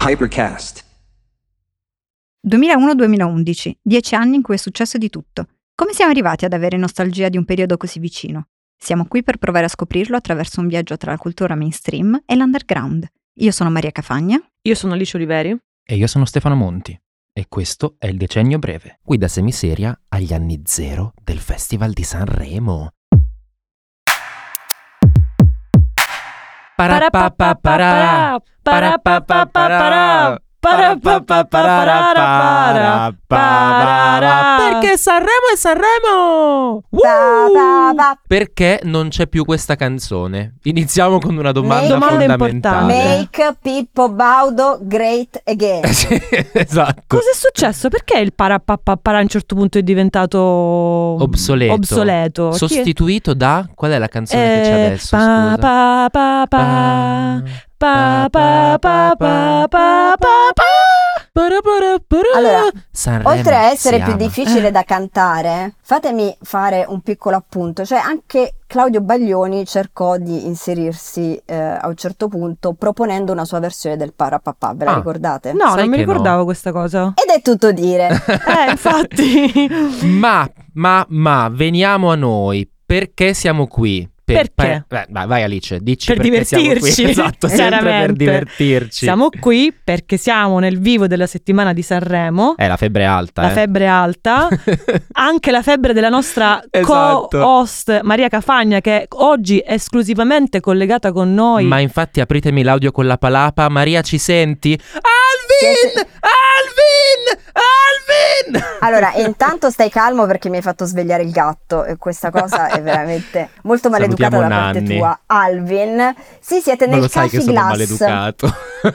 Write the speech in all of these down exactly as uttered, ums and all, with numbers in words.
Hypercast. duemilauno duemilaundici, dieci anni in cui è successo di tutto. Come siamo arrivati ad avere nostalgia di un periodo così vicino? Siamo qui per provare a scoprirlo attraverso un viaggio tra la cultura mainstream e l'underground. Io sono Maria Cafagna. Io sono Alice Oliveri. E io sono Stefano Monti. E questo è il Decennio Breve, qui da semiseria agli anni zero del Festival di Sanremo. Parapapapara, parapapapara, parapapapara, parara. Perché Sanremo è Sanremo! Uh! Perché non c'è più questa canzone? Iniziamo con una domanda Make- fondamentale. Make Pippo Baudo great again. Sì, esatto. Cosa è successo? Perché il parapapapara a un certo punto è diventato Obsoleto. obsoleto? Chi è? Sostituito da... Qual è la canzone che c'è Eh, adesso? pa, Scusa. pa, pa, pa. Pa, pa, pa, pa, pa, pa, pa. Para, para, para. Allora, Sanremo oltre a essere si più ama. difficile da cantare, fatemi fare un piccolo appunto, cioè anche Claudio Baglioni cercò di inserirsi eh, a un certo punto proponendo una sua versione del Parapapà, ve la Ah. ricordate? No, Sai non mi che ricordavo no. questa cosa. Ed è tutto dire. Eh, infatti. Ma, ma, ma, veniamo a noi. Perché siamo qui? Per, Perché? per- vai, vai Alice, dici Per perché siamo qui. divertirci, Esatto, sempre per chiaramente. divertirci. Siamo qui perché siamo nel vivo della settimana di Sanremo. Eh, la febbre alta, La eh. febbre alta, anche la febbre della nostra Esatto. co-host Maria Cafagna, che oggi è esclusivamente collegata con noi. Ma infatti apritemi l'audio con la palapa. Maria, ci senti? Alvin! Siete- Alvin! Alvin! Allora, intanto stai calmo perché mi hai fatto svegliare il gatto e questa cosa è veramente molto maleducata Salutiamo da parte Nanni. tua. Alvin, sì, siete Ma nel lo sai che Coffee sono Glass. maleducato.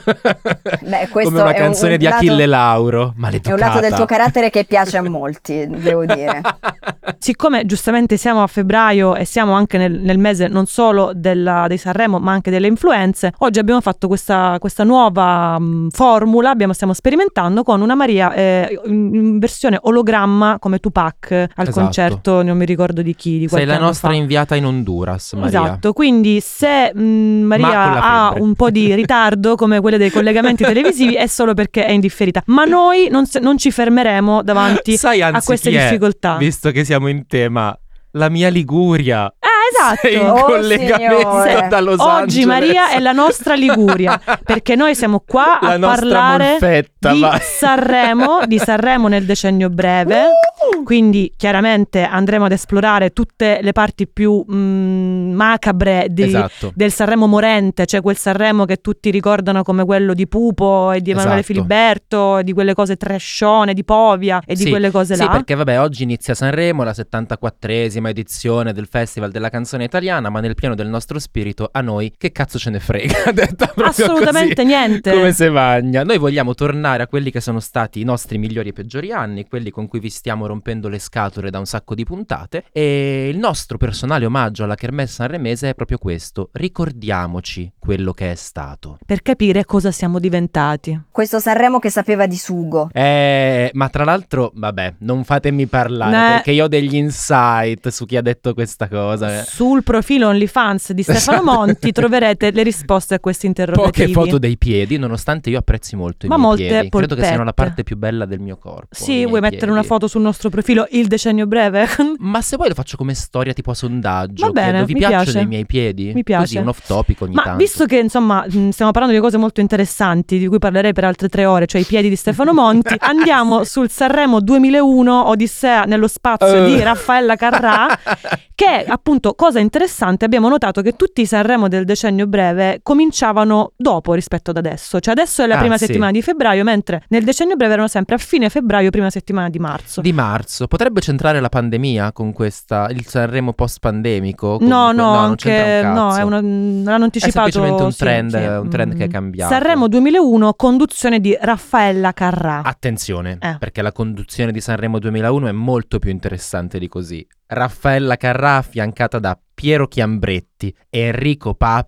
Beh, questo Come una è un- canzone un di lato- Achille Lauro. È Maleducata. un lato del tuo carattere che piace a molti, devo dire. Siccome giustamente siamo a febbraio e siamo anche nel, nel mese non solo della, dei Sanremo ma anche delle influenze, oggi abbiamo fatto questa, questa nuova mh, formula, abbiamo, stiamo sperimentando con una Maria eh, in, in versione ologramma come Tupac al Esatto. concerto, non mi ricordo di chi, di Sei qualche la anno nostra fa. inviata in Honduras, Maria. Esatto, quindi se mh, Ma con Maria la ha febbre. un po' di ritardo come quelle dei collegamenti televisivi è solo perché è indifferita, ma noi non, se- non ci fermeremo davanti Sai, anzi, a queste chi è? difficoltà. Visto che siamo in tema, la mia Liguria. Ah, Sei in esatto. Oh, collegamento signore. da Los Oggi Angeles. Maria è la nostra Liguria, perché noi siamo qua La a nostra parlare Molfetta, di vai. Sanremo, di Sanremo nel decennio breve. Quindi chiaramente andremo ad esplorare tutte le parti più mh, macabre di- Esatto. del Sanremo morente, cioè quel Sanremo che tutti ricordano come quello di Pupo e di Emanuele Esatto. Filiberto, e di quelle cose trashone, di Povia e di Sì, quelle cose sì, là. perché vabbè, oggi inizia Sanremo, la settantaquattresima edizione del Festival della canzone italiana, ma nel pieno del nostro spirito, a noi che cazzo ce ne frega, detta proprio Assolutamente così, niente. come se magna. Noi vogliamo tornare a quelli che sono stati i nostri migliori e peggiori anni, quelli con cui vi stiamo rompendo le scatole da un sacco di puntate, e il nostro personale omaggio alla kermesse sanremese è proprio questo: ricordiamoci quello che è stato. Per capire cosa siamo diventati. Questo Sanremo che sapeva di sugo. Eh, ma tra l'altro, vabbè, non fatemi parlare Ne- perché io ho degli insight su chi ha detto questa cosa. eh. Sul profilo OnlyFans di Stefano Esatto. Monti troverete le risposte a questi interrogativi. Poche foto dei piedi, nonostante io apprezzi molto i Ma miei molte piedi. Credo che siano la polpette. parte più bella del mio corpo. i Sì, miei vuoi mettere piedi. una foto sul nostro profilo Il Decennio Breve? Ma se vuoi lo faccio come storia tipo a sondaggio. Va bene, chiedo, vi mi piacciono piace. i miei piedi? Mi piace. Così un off topic ogni Ma tanto. visto che insomma mh, stiamo parlando di cose molto interessanti di cui parlerei per altre tre ore, cioè i piedi di Stefano Monti, andiamo sul Sanremo duemilauno Odissea nello spazio Uh. di Raffaella Carrà, che appunto, cosa interessante, abbiamo notato che tutti i Sanremo del decennio breve cominciavano dopo rispetto ad adesso, cioè adesso è la Ah, prima sì. settimana di febbraio, mentre nel decennio breve erano sempre a fine febbraio, prima settimana di marzo. Di marzo. Potrebbe centrare la pandemia con questa, il Sanremo post-pandemico? No, Comunque- no, non anche c'entra un no, cazzo. è una, l'hanno È anticipato. semplicemente un sì, trend, sì. un trend che è Mm. cambiato. Sanremo duemilauno, conduzione di Raffaella Carrà. Attenzione, Eh. perché la conduzione di Sanremo duemilauno è molto più interessante di così. Raffaella Carrà affiancata da Piero Chiambretti, Enrico Papi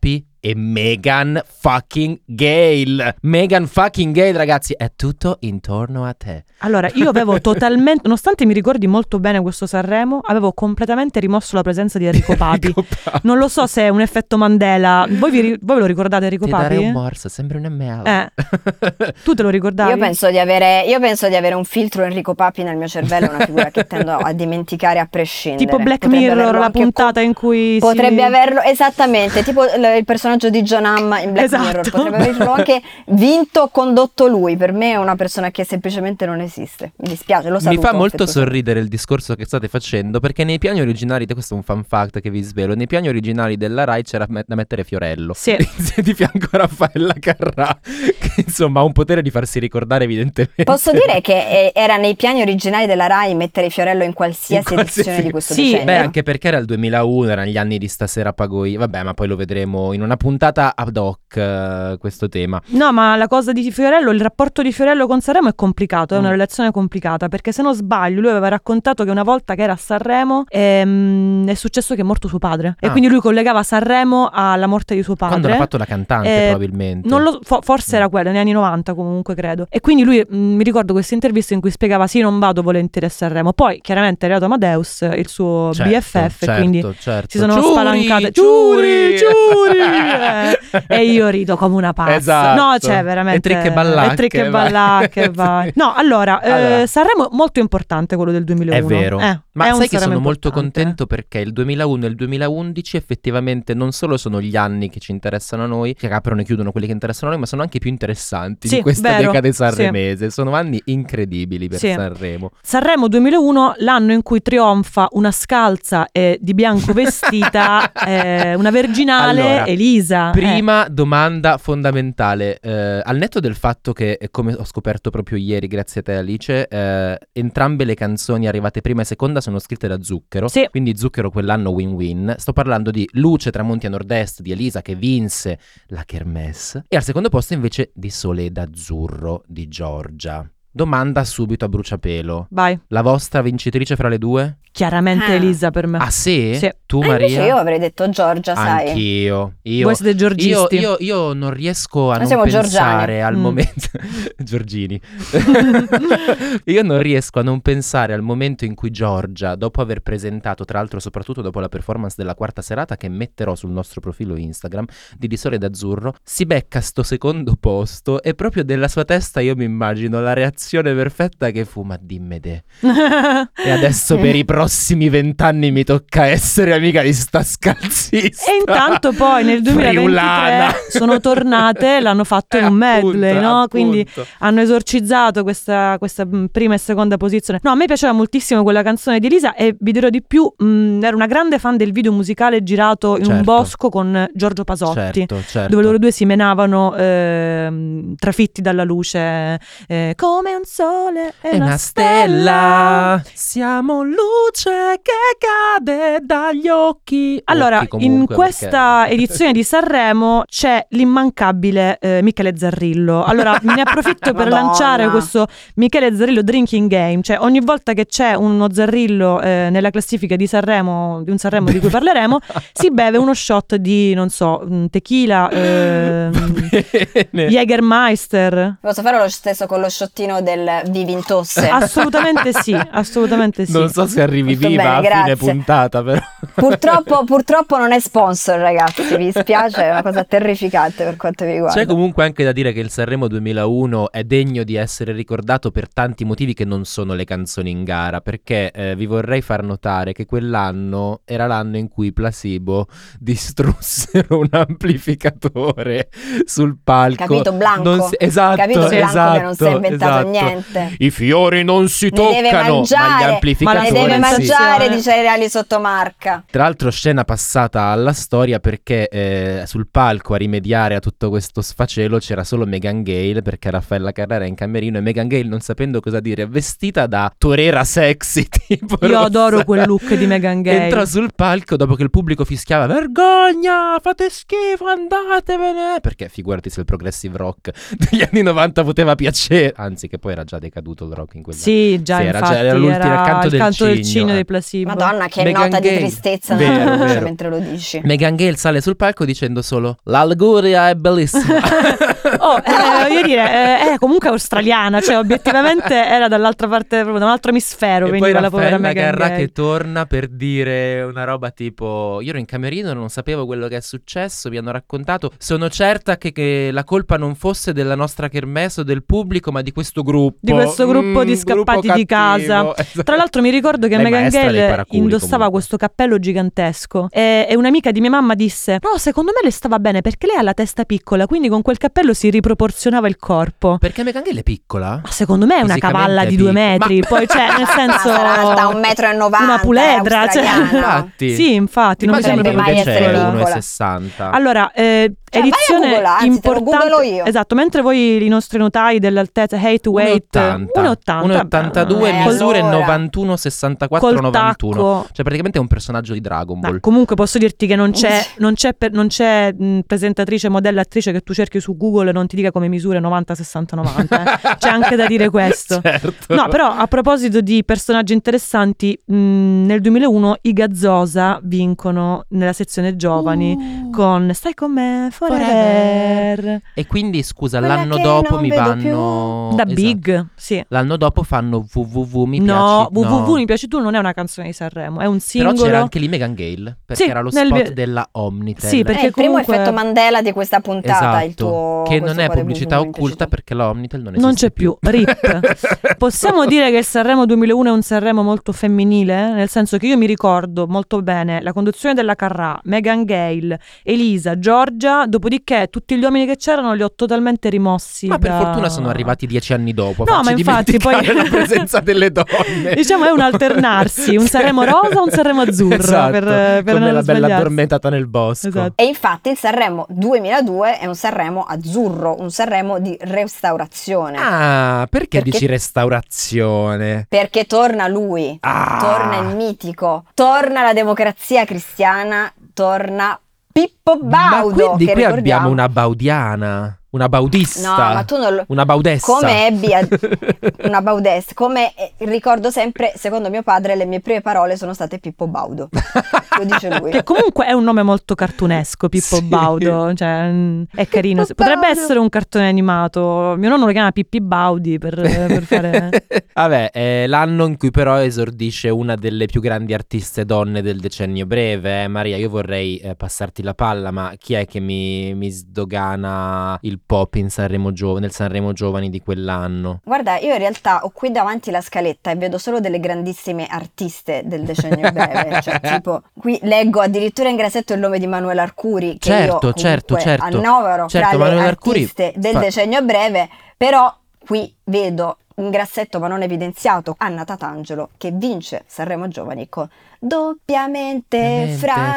e Meghan fucking Gale. Meghan fucking Gale, ragazzi, è tutto intorno a te. Allora, io avevo totalmente, nonostante mi ricordi molto bene questo Sanremo, avevo completamente rimosso la presenza di Enrico Papi. Enrico Papi. Non lo so se è un effetto Mandela. Voi, vi, voi ve lo ricordate Enrico Ti Papi? darei un morso, sembra un M L. Eh. Tu te lo ricordavi? Io penso di avere, io penso di avere un filtro Enrico Papi nel mio cervello, una figura che tendo a dimenticare a prescindere. Tipo Black Potrebbe Mirror, averlo la anche puntata co- in cui Potrebbe si... averlo, esattamente, tipo il, il personaggio di John Hamm in Black Esatto. Mirror. Potrebbe averlo anche vinto o condotto lui. Per me è una persona che semplicemente non esiste. Mi dispiace, lo saluto. Mi fa molto affettuosamente. sorridere il discorso che state facendo, perché nei piani originali, questo è un fun fact che vi svelo, nei piani originali della Rai c'era me- da mettere Fiorello. Sì. Di fianco a Raffaella Carrà, che insomma ha un potere di farsi ricordare evidentemente. Posso dire che eh, era nei piani originali della Rai mettere Fiorello in qualsiasi, In qualsiasi- edizione di questo Sì, decennio? Beh, anche perché era il duemilauno, erano gli anni di Stasera pago io. Vabbè, ma poi lo vedremo in una puntata ad hoc, eh, questo tema. No, ma la cosa di Fiorello, il rapporto di Fiorello con Sanremo è complicato, è una Mm. relazione complicata, perché se non sbaglio lui aveva raccontato che una volta che era a Sanremo ehm, è successo che è morto suo padre e Ah. quindi lui collegava Sanremo alla morte di suo padre. Quando l'ha fatto la cantante, Eh, probabilmente. Non lo, fo- forse Mm. era quello, negli anni novanta comunque credo. E quindi lui, mh, mi ricordo questa intervista in cui spiegava sì, non vado volentieri a Sanremo. Poi chiaramente è arrivato Amadeus, il suo Certo, B F F, certo, quindi certo. si sono Ciuri, spalancate. ciuri, ciuri, eh. E io rido come una pazza. Esatto. No, cioè veramente. E tricche ballacche, E tricche vai. ballacche, vai. No, allora, eh, Allora. Sanremo molto importante quello del duemilauno. È vero, Eh, ma è un sai che Sanremo sono molto importante. contento perché il duemilauno e il duemilaundici effettivamente non solo sono gli anni che ci interessano a noi, che aprono e chiudono quelli che interessano a noi, ma sono anche più interessanti Sì, di questa vero, decade sì. sanremese. Sono anni incredibili per Sì. Sanremo. Sanremo duemilauno, l'anno in cui trionfa una scalza e di bianco vestita, eh, una verginale Allora, Elisa. eh. Prima domanda fondamentale, eh, al netto del fatto che, eh, come ho scoperto proprio ieri, grazie a te Alice, eh, entrambe le canzoni arrivate prima e seconda sono scritte da Zucchero, Sì. quindi Zucchero quell'anno win-win. Sto parlando di Luce tramonti a nord-est di Elisa che vinse la Kermesse e al secondo posto invece di Sole d'azzurro di Giorgia. Domanda subito a bruciapelo. Vai, La vostra vincitrice fra le due? chiaramente Ah. Elisa per me. Ah sì? Sì. Tu Ah, invece Maria? io avrei detto Giorgia, sai. Anch'io. Io, Voi siete io, giorgisti. io, io non riesco a Noi non siamo pensare giorgiani. al Mm. momento Giorgini. Io non riesco a non pensare al momento in cui Giorgia, dopo aver presentato, tra l'altro soprattutto dopo la performance della quarta serata che metterò sul nostro profilo Instagram di Di Sole d'Azzurro, si becca sto secondo posto e proprio della sua testa io mi immagino la reazione perfetta che fu ma dimmi te. E adesso per i prossimi vent'anni mi tocca essere amica di sta scalzista. E intanto poi nel duemilaventitré Friulana. sono tornate, l'hanno fatto in Eh, un medley, appunto, no? appunto. Quindi hanno esorcizzato questa, questa mh, prima e seconda posizione. No, a me piaceva moltissimo quella canzone di Elisa e vi dirò di più, mh, ero una grande fan del video musicale girato in un Certo. bosco con Giorgio Pasotti. Certo, certo. Dove loro due si menavano ehm, trafitti dalla luce, eh, come un sole e È una stella, siamo luce che cade dagli occhi. Allora, Occhi comunque, in questa perché- edizione di Sanremo c'è l'immancabile eh, Michele Zarrillo. Allora, me ne approfitto per Madonna. lanciare questo Michele Zarrillo Drinking Game. Cioè, ogni volta che c'è uno Zarrillo eh, nella classifica di Sanremo, di un Sanremo di cui parleremo, si beve uno shot di, non so, mm, tequila, ehm, Bene. Jägermeister. Posso fare lo stesso con lo sciottino del Vivintosse? Assolutamente sì, assolutamente sì. Non so se arrivi Molto viva bene, a fine grazie. puntata, però. Purtroppo, purtroppo non è sponsor, ragazzi, vi dispiace, è una cosa terrificante per quanto mi riguarda. C'è comunque anche da dire che il Sanremo duemilauno è degno di essere ricordato per tanti motivi che non sono le canzoni in gara, perché eh, vi vorrei far notare che quell'anno era l'anno in cui i Placebo distrussero un amplificatore sul palco. Capito, Blanco? Non si- esatto, Capito, Blanco, esatto, che non si è inventato esatto. niente. I fiori non si Ne deve toccano, ma gli mangiare, Ma amplificatori Ne deve Attenzione. sì. mangiare Sì. di cereali sotto marca. Tra l'altro scena passata alla storia perché eh, sul palco a rimediare a tutto questo sfacelo c'era solo Meghan Gale perché Raffaella Carrà era in camerino e Meghan Gale non sapendo cosa dire vestita da torera sexy tipo Io rossa, adoro quel look di Meghan Gale. entrò sul palco dopo che il pubblico fischiava vergogna, fate schifo, andatevene, perché figurati se il progressive rock degli anni novanta poteva piacere, anzi che poi era già decaduto il rock in quegli anni. Sì, già Sì, era infatti già- era l'ultimo- era il canto il del canto del cigno, cigno eh. dei Placebo. Madonna, che Meghan nota di Gale. tristezza tristezza Vero, nella voce vero. mentre lo dici. Meghan Gale sale sul palco dicendo solo la Liguria è bellissima. Oh, eh, voglio dire, eh, è comunque australiana, cioè obiettivamente era dall'altra parte, proprio da un altro emisfero E poi veniva la povera Raffaella Meghan Carrà Gale. che torna per dire una roba tipo: io ero in camerino, non sapevo quello che è successo, mi hanno raccontato, sono certa che, che la colpa non fosse della nostra kermesse o del pubblico, ma di questo gruppo. Di questo gruppo Mm, di scappati gruppo di casa. cattivo. Tra l'altro mi ricordo che Lei è Meghan maestra dei Gale paraculi, indossava comunque. questo cappello gigantesco e, e un'amica di mia mamma disse: no, secondo me le stava bene perché lei ha la testa piccola, quindi con quel cappello si riproporzionava il corpo. Perché Meghan Gale è piccola? Ma secondo me è una Fisicamente cavalla è di due piccola. metri, Ma- poi cioè nel senso Ma sarà alta un metro e novanta, una puledra, è cioè. australiana. Infatti. Sì, infatti, non mi Immagini sembra Potrebbe proprio mai che essere c'è piccola. uno e sessanta. Allora, eh, Cioè, vai a edizione googlare, anzi, te lo importante. googolo io. Esatto, mentre voi i nostri notai dell'altezza height to weight uno e ottanta. uno e ottantadue, Eh, misure allora. novantuno, sessantaquattro, col novantuno. tacco. Cioè praticamente è un personaggio di Dragon Ma Ball. comunque posso dirti che non c'è, non c'è, per- non c'è mh, presentatrice, modella, attrice che tu cerchi su Google e non ti dica come misure novanta, sessanta, novanta. eh. C'è anche da dire questo. Certo. No, però a proposito di personaggi interessanti, mh, nel duemilauno i Gazzosa vincono nella sezione giovani Uh. con Stai con me forever. E quindi scusa, Quella l'anno che dopo non mi vedo vanno Da esatto. Big, sì. L'anno dopo fanno www mi No, piaci. www no. mi piaci tu non è una canzone di Sanremo, è un Però singolo. c'era anche lì Meghan Gale, perché Sì, era lo nel spot vi- della Omnitel. Sì, È perché il primo comunque- effetto Mandela di questa puntata, Esatto, il tuo che questo non è qua di pubblicità www, mi piace occulta tu. perché la Omnitel non esiste Non c'è più, rip. Possiamo dire che il Sanremo duemilauno è un Sanremo molto femminile? Nel senso che io mi ricordo molto bene la conduzione della Carrà, Meghan Gale, Elisa, Giorgia, dopodiché tutti gli uomini che c'erano li ho totalmente rimossi. Ma per da- fortuna sono arrivati dieci anni dopo. No, facci ma infatti dimenticare poi- la presenza delle donne. Diciamo è un alternarsi, un Sanremo rosa, un Sanremo azzurro, Esatto, per, per come non la bella sbagliarsi. addormentata nel bosco. Esatto. E infatti il Sanremo duemiladue è un Sanremo azzurro, un Sanremo di restaurazione. Ah, perché, Perché- dici restaurazione? Perché torna lui, Ah. torna il mitico, torna la democrazia cristiana, torna Pippo Baudo. Ma quindi che qui ricordiamo- abbiamo una baudista, una baudista. No, ma tu non lo... Una baudessa. Come ebbi a... una baudessa, come eh, ricordo sempre, secondo mio padre, le mie prime parole sono state Pippo Baudo. Lo dice lui. Che comunque è un nome molto cartunesco, Pippo Sì. Baudo, cioè mm, è carino. Pippo Potrebbe Baudo. essere un cartone animato. Mio nonno lo chiama Pippi Baudi per, per fare... Vabbè, è l'anno in cui però esordisce una delle più grandi artiste donne del decennio breve. eh. Maria, io vorrei eh, passarti la palla, ma chi è che mi, mi sdogana il pop in Sanremo Gio- nel Sanremo Giovani di quell'anno? Guarda, io in realtà ho qui davanti la scaletta e vedo solo delle grandissime artiste del decennio breve, cioè tipo qui leggo addirittura in grassetto il nome di Manuela Arcuri, che Certo, io comunque certo, certo. annovero Certo, fra Manuela le Arcuri artiste del fa- decennio breve, però qui vedo in grassetto ma non evidenziato Anna Tatangelo che vince Sanremo Giovani con Doppiamente Veramente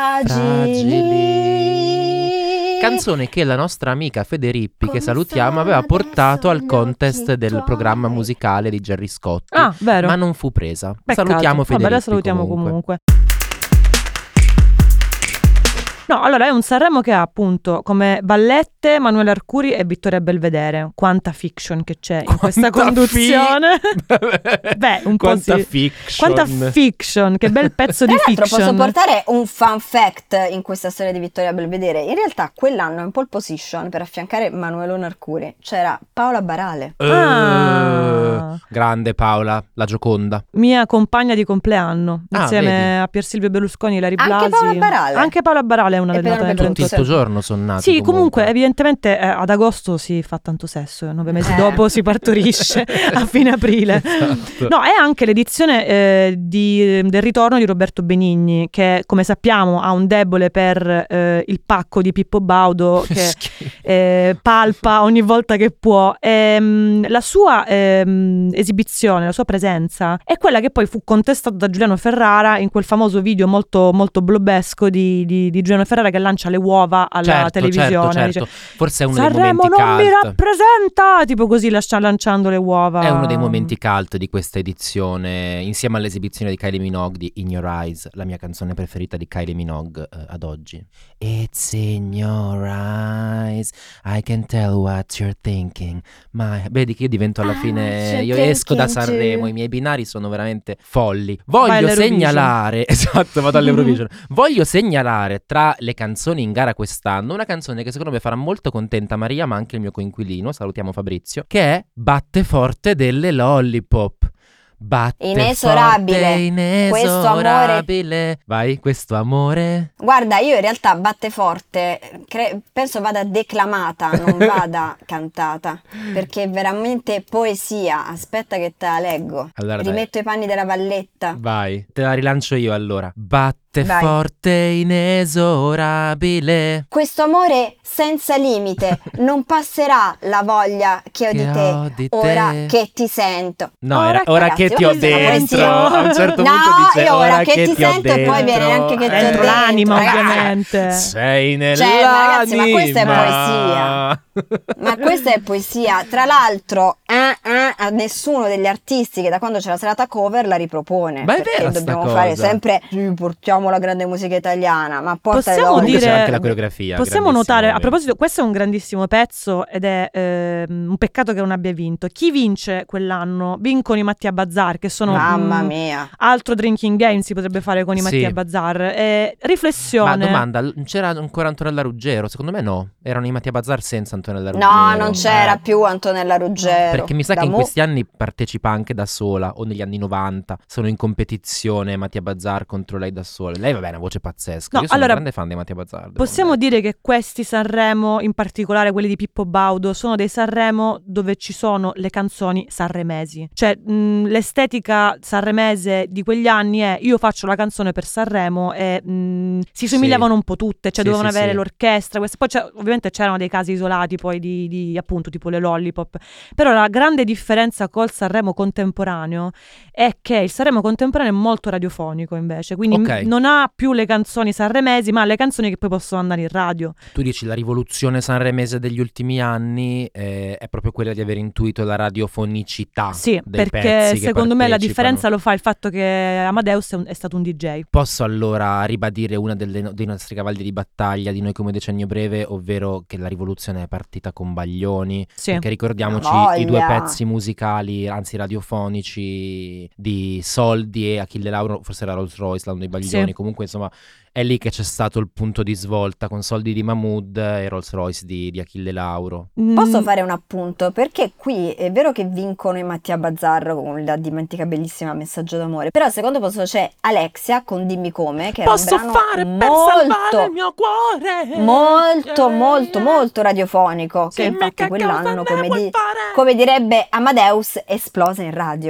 fragili. Canzone che la nostra amica Federippi, che Come salutiamo, sono aveva portato al adesso gli contest occhi del tuoi. programma musicale di Gerry Scotti. Ah, vero. Ma non fu presa. Peccato. Salutiamo Vabbè, Federippi la salutiamo comunque. comunque. No, allora è un Sanremo che ha appunto come vallette Manuela Arcuri e Vittoria Belvedere. Quanta fiction che c'è in questa Quanta conduzione. fi- Beh, un po' Quanta sì. fiction. Quanta fiction, che bel pezzo di Tra l'altro posso fiction. portare un fun fact in questa storia di Vittoria Belvedere. In realtà quell'anno in pole position per affiancare Manuelone Arcuri c'era Paola Barale. Eh, Ah. Grande Paola, la Gioconda. Mia compagna di compleanno, Ah, insieme vedi. a Pier Silvio Berlusconi e Ilari Anche Blasi. Paola Barale? Anche Paola Barale è una E delle nate Penelope nel Tutti il Cruz. ventotto. tuo giorno sono nati. Sì, comunque, evidentemente eh, ad agosto si fa tanto sesso, nove mesi Eh. dopo si partorisce a fine aprile. Esatto. No, è anche l'edizione eh, di- del ritorno di Roberto Benigni, che come sappiamo ha un debole per eh, il pacco di Pippo Baudo che eh, palpa ogni volta che può. Ehm, la sua ehm, esibizione, la sua presenza è quella che poi fu contestata da Giuliano Ferrara in quel famoso video molto, molto blobesco di, di, di Giuliano Ferrara che lancia le uova alla Certo, televisione. certo, Dice, certo. Forse è uno Sanremo dei momenti non mi cult. rappresenta, tipo così lascia- lanciando le uova. È uno dei momenti cult di questa edizione, insieme all'esibizione di Kylie Minogue di In Your Eyes, la mia canzone preferita di Kylie Minogue eh, ad oggi. It's in your eyes, I can tell what you're thinking. Ma vedi che io divento alla Ah, fine ce io esco da Sanremo, i miei binari sono veramente folli. Voglio Vai segnalare, esatto, vado all'Eurovision. Voglio segnalare tra le canzoni in gara quest'anno una canzone che secondo me farà molto contenta Maria, ma anche il mio coinquilino, salutiamo Fabrizio, che è Batte forte delle Lollipop. Batte Inesorabile. forte, inesorabile. Questo amore. Vai, questo amore. Guarda, io in realtà Batte forte cre- penso vada declamata, non vada cantata, perché è veramente poesia. Aspetta che te la leggo. Allora, dai. Rimetto i panni della valletta. Vai, te la rilancio io allora. Batte Vai. forte, inesorabile. Questo amore senza limite, non passerà la voglia che ho Che di te, ho di ora te. che ti sento. No, Ora era, che- ora Ragazzi, che ti ma ho questa è una dentro. poesia. A un certo No, punto dice io ora che ti, ho sento e poi viene dentro. anche che ti ho Dentro dentro, l'anima, ragazzi. ovviamente. Sei Cioè, ragazzi, ma questa è nell'anima. Ma questa è poesia. Tra l'altro, eh, eh, a nessuno degli artisti che da quando c'è la serata cover la ripropone. Ma è perché vera sta dobbiamo cosa. fare sempre sì, portiamo la grande musica italiana, ma porta Possiamo le Comunque dire- c'è anche la coreografia. Possiamo grandissimo notare, a momento. proposito, questo è un grandissimo pezzo ed è ehm, un peccato che non abbia vinto. Chi vince quell'anno? Vincono i Mattia Bazar, che sono Mamma mm, mia. altro drinking game si potrebbe fare con i Sì. Mattia Bazar. Eh, riflessione. Ma domanda, l- c'era ancora Antonella Ruggero? Secondo me no. Erano i Mattia Bazar senza Antonella Ruggero. No, non c'era Eh. più Antonella Ruggero. Perché mi sa Da che in mo- questi anni partecipa anche da sola, o negli anni novanta. Sono in competizione Mattia Bazar contro lei da sola. Lei, vabbè, è una voce pazzesca. No, Io sono allora, un grande fan di Mattia Bazar. devo Possiamo ammettere. dire che questi Sanremo, in particolare quelli di Pippo Baudo, sono dei Sanremo dove ci sono le canzoni sanremesi. Cioè, mh, l'estetica sanremese di quegli anni è io faccio la canzone per Sanremo e mh, si somigliavano un po' tutte, cioè Sì, dovevano sì, avere sì. l'orchestra, queste- poi c'è- ovviamente c'erano dei casi isolati poi di, di, appunto tipo le Lollipop, però la grande differenza col Sanremo contemporaneo è che il Sanremo contemporaneo è molto radiofonico invece, quindi Ok. m- non ha più le canzoni sanremesi ma le canzoni che poi possono andare in radio. Tu dici la rivoluzione sanremese degli ultimi anni eh, è proprio quella di aver intuito la radiofonicità Sì, dei perché pezzi che secondo me la partecipano. differenza lo fa il fatto che Amadeus è, un- è stato un D J. Posso allora ribadire una delle no- dei nostri cavalli di battaglia di Noi come Decennio Breve, ovvero che la rivoluzione è partita con Baglioni, Sì. perché ricordiamoci Voglia. i due pezzi musicali, anzi radiofonici, di Soldi e Achille Lauro, forse era Rolls Royce, l'anno dei Baglioni, Sì. comunque insomma è lì che c'è stato il punto di svolta con Soldi di Mahmood e Rolls Royce di, di Achille Lauro. Posso Mm, fare un appunto? Perché qui è vero che vincono i Mattia Bazar con la dimenticabilissima Messaggio d'amore, però al secondo posto c'è Alexia con Dimmi come, che era Posso un brano fare per molto, salvare il mio cuore. molto, Yeah, molto, yeah. molto radiofonico, Sì. che infatti Che quell'anno, cosa ne come, vuoi di- fare? come direbbe Amadeus, esplose in radio.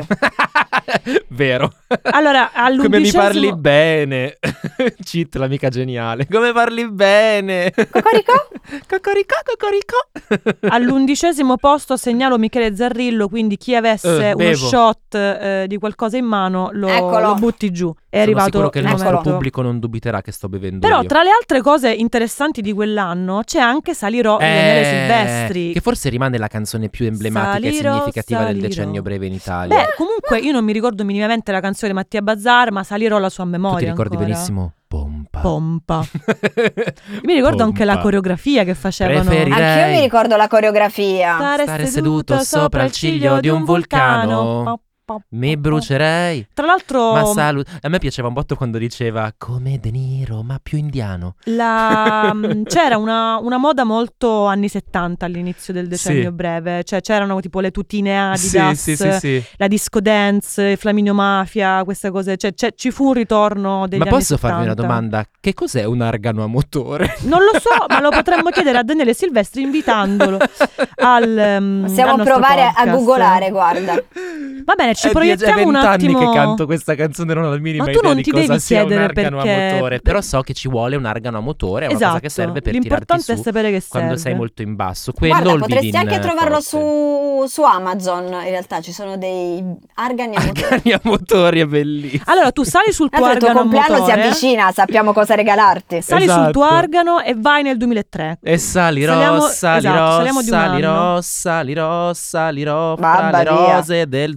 Vero. Allora, Come mi parli all'undicesimo bene. Cheat, l'amica geniale. Come parli bene. Cocoricò? Cocoricò, cocoricò. all'undicesimo posto segnalo Michele Zarrillo, quindi chi avesse Eh, uno bevo. shot eh, di qualcosa in mano lo, Eccolo. lo butti giù. È Sono arrivato sicuro che il il nostro momento. pubblico non dubiterà che sto bevendo Però io. tra le altre cose interessanti di quell'anno c'è anche Salirò di Daniele Eh, Silvestri. che forse rimane la canzone più emblematica Salirò, e significativa del salirò. decennio breve in Italia. Beh, comunque io non mi ricordo minimamente la canzone di Mattia Bazar, ma salirò la sua memoria. tu ti ricordi ancora. benissimo? Pompa. Pompa. Io mi ricordo anche la Pompa. coreografia che facevano. Preferi- Direi- Anch'io mi ricordo la coreografia. Stare seduto sopra il ciglio di un vulcano. Pa, pa, Mi pa, brucerei. Tra l'altro Ma saluto. A me piaceva un botto quando diceva come De Niro, ma più indiano. la- mh, c'era una, una moda molto anni settanta all'inizio del decennio Sì. breve, cioè c'erano tipo le tutine Adidas, Sì, sì, sì, sì. la disco dance, il Flaminio Mafia, queste cose, cioè, c'è- ci fu un ritorno degli Ma anni posso farvi una settanta. domanda? Che cos'è un argano a motore? Non lo so, ma lo potremmo chiedere a Daniele Silvestri invitandolo al um, Possiamo al nostro provare a podcast. googolare, guarda. Va bene, ci È di- proiettiamo è un vent'anni attimo. che canto questa canzone, non ho la minima Ma tu idea non di ti cosa devi sia un chiedere argano perché- a motore. Però so che ci vuole un argano a motore, è una Esatto. cosa che serve per L'importante tirarti è su sapere che quando serve. sei molto in basso. Quello Guarda, il potresti vidin anche trovarlo forte. su, su Amazon. In realtà ci sono dei argani a motore. Argani a motori è bellissimo. Allora, tu sali sul tuo Tanto il tuo argano a compleanno si motore, avvicina, sappiamo cosa regalarti. sali sul Esatto. tuo argano e vai nel duemilatré. E salirò, Saliamo- salirò, esatto, saliamo di un salirò, anno. salirò, salirò fra Mamma le mia. rose del duemilatré.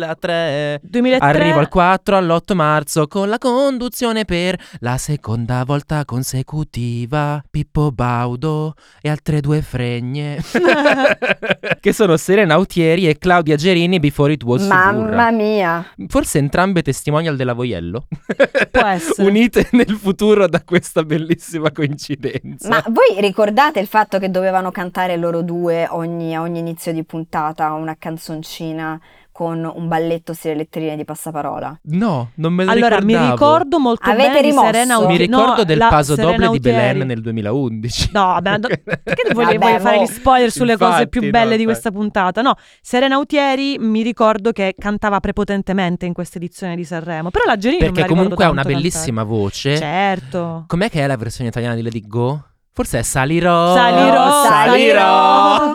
duemilatré. duemilatré. Arrivo al quattro, all'otto marzo con la conduzione per la seconda volta consecutiva. Pippo Baudo e altre due fregne che sono Serena Autieri e Claudia Gerini, Before It Was Mamma Suburra. mia. Forse entrambe testimonial della Voiello. Può essere. Unite nel futuro da questa bellissima coincidenza. Ma voi ricordate il fatto che dovevano cantare loro due ogni, a ogni inizio di puntata una canzoncina con un balletto stile letterine di passaparola? No, non me lo Allora, ricordavo. mi ricordo molto Avete bene di rimosso? Serena Mi Autieri. ricordo No, del la paso Serena doble di Autieri. Belen nel duemilaundici. No, vabbè, do- perché volevi Vabbè, fare mo. gli spoiler sulle cose Infatti, più no, belle di infatti. questa puntata? No, Serena Autieri mi ricordo che cantava prepotentemente in questa edizione di Sanremo, però la Gerini non me Perché la ricordo comunque ha una tanto bellissima voce. cantare. Certo. Com'è che è la versione italiana di Let It Go? Forse è Salirò. Salirò, salirò.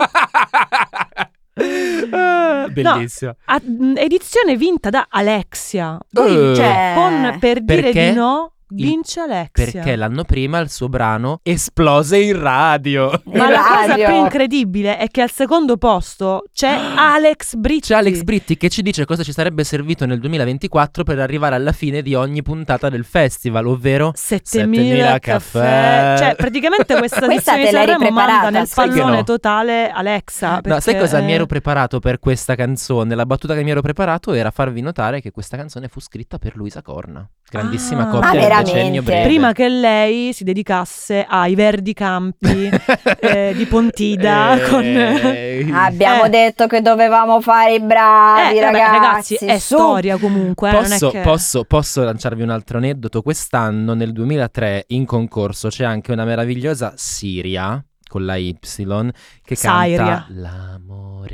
Ah, bellissima. A- mh, edizione vinta da Alexia. Voi, Eh. cioè, con Per dire Perché di no, il- vince Alexia. Perché l'anno prima il suo brano esplose in radio. Ma In la cosa radio. più incredibile è che al secondo posto c'è Alex Britti. C'è Alex Britti che ci dice cosa ci sarebbe servito nel duemilaventiquattro per arrivare alla fine di ogni puntata del festival, ovvero settemila caffè. Cioè, praticamente questa Questa edizione di te l'hai Sanremo manda ripreparata, nel sai che pallone no? totale Alexa. No, sai perché, cosa mi eh, ero preparato per questa canzone? La battuta che mi ero preparato era farvi notare che questa canzone fu scritta per Luisa Corna, grandissima Ah. coppia Ah, del veramente? decennio breve. Prima che lei si dedicasse ai verdi campi eh, di Pontida Eh, con... Abbiamo Eh. detto che dovevamo fare i bravi, Eh, vabbè, ragazzi. ragazzi, è su. storia comunque. eh, non è Posso, che- posso, posso lanciarvi un altro aneddoto? Quest'anno, nel duemilatré, in concorso c'è anche una meravigliosa Siria, con la Y, che Siria. canta L'amore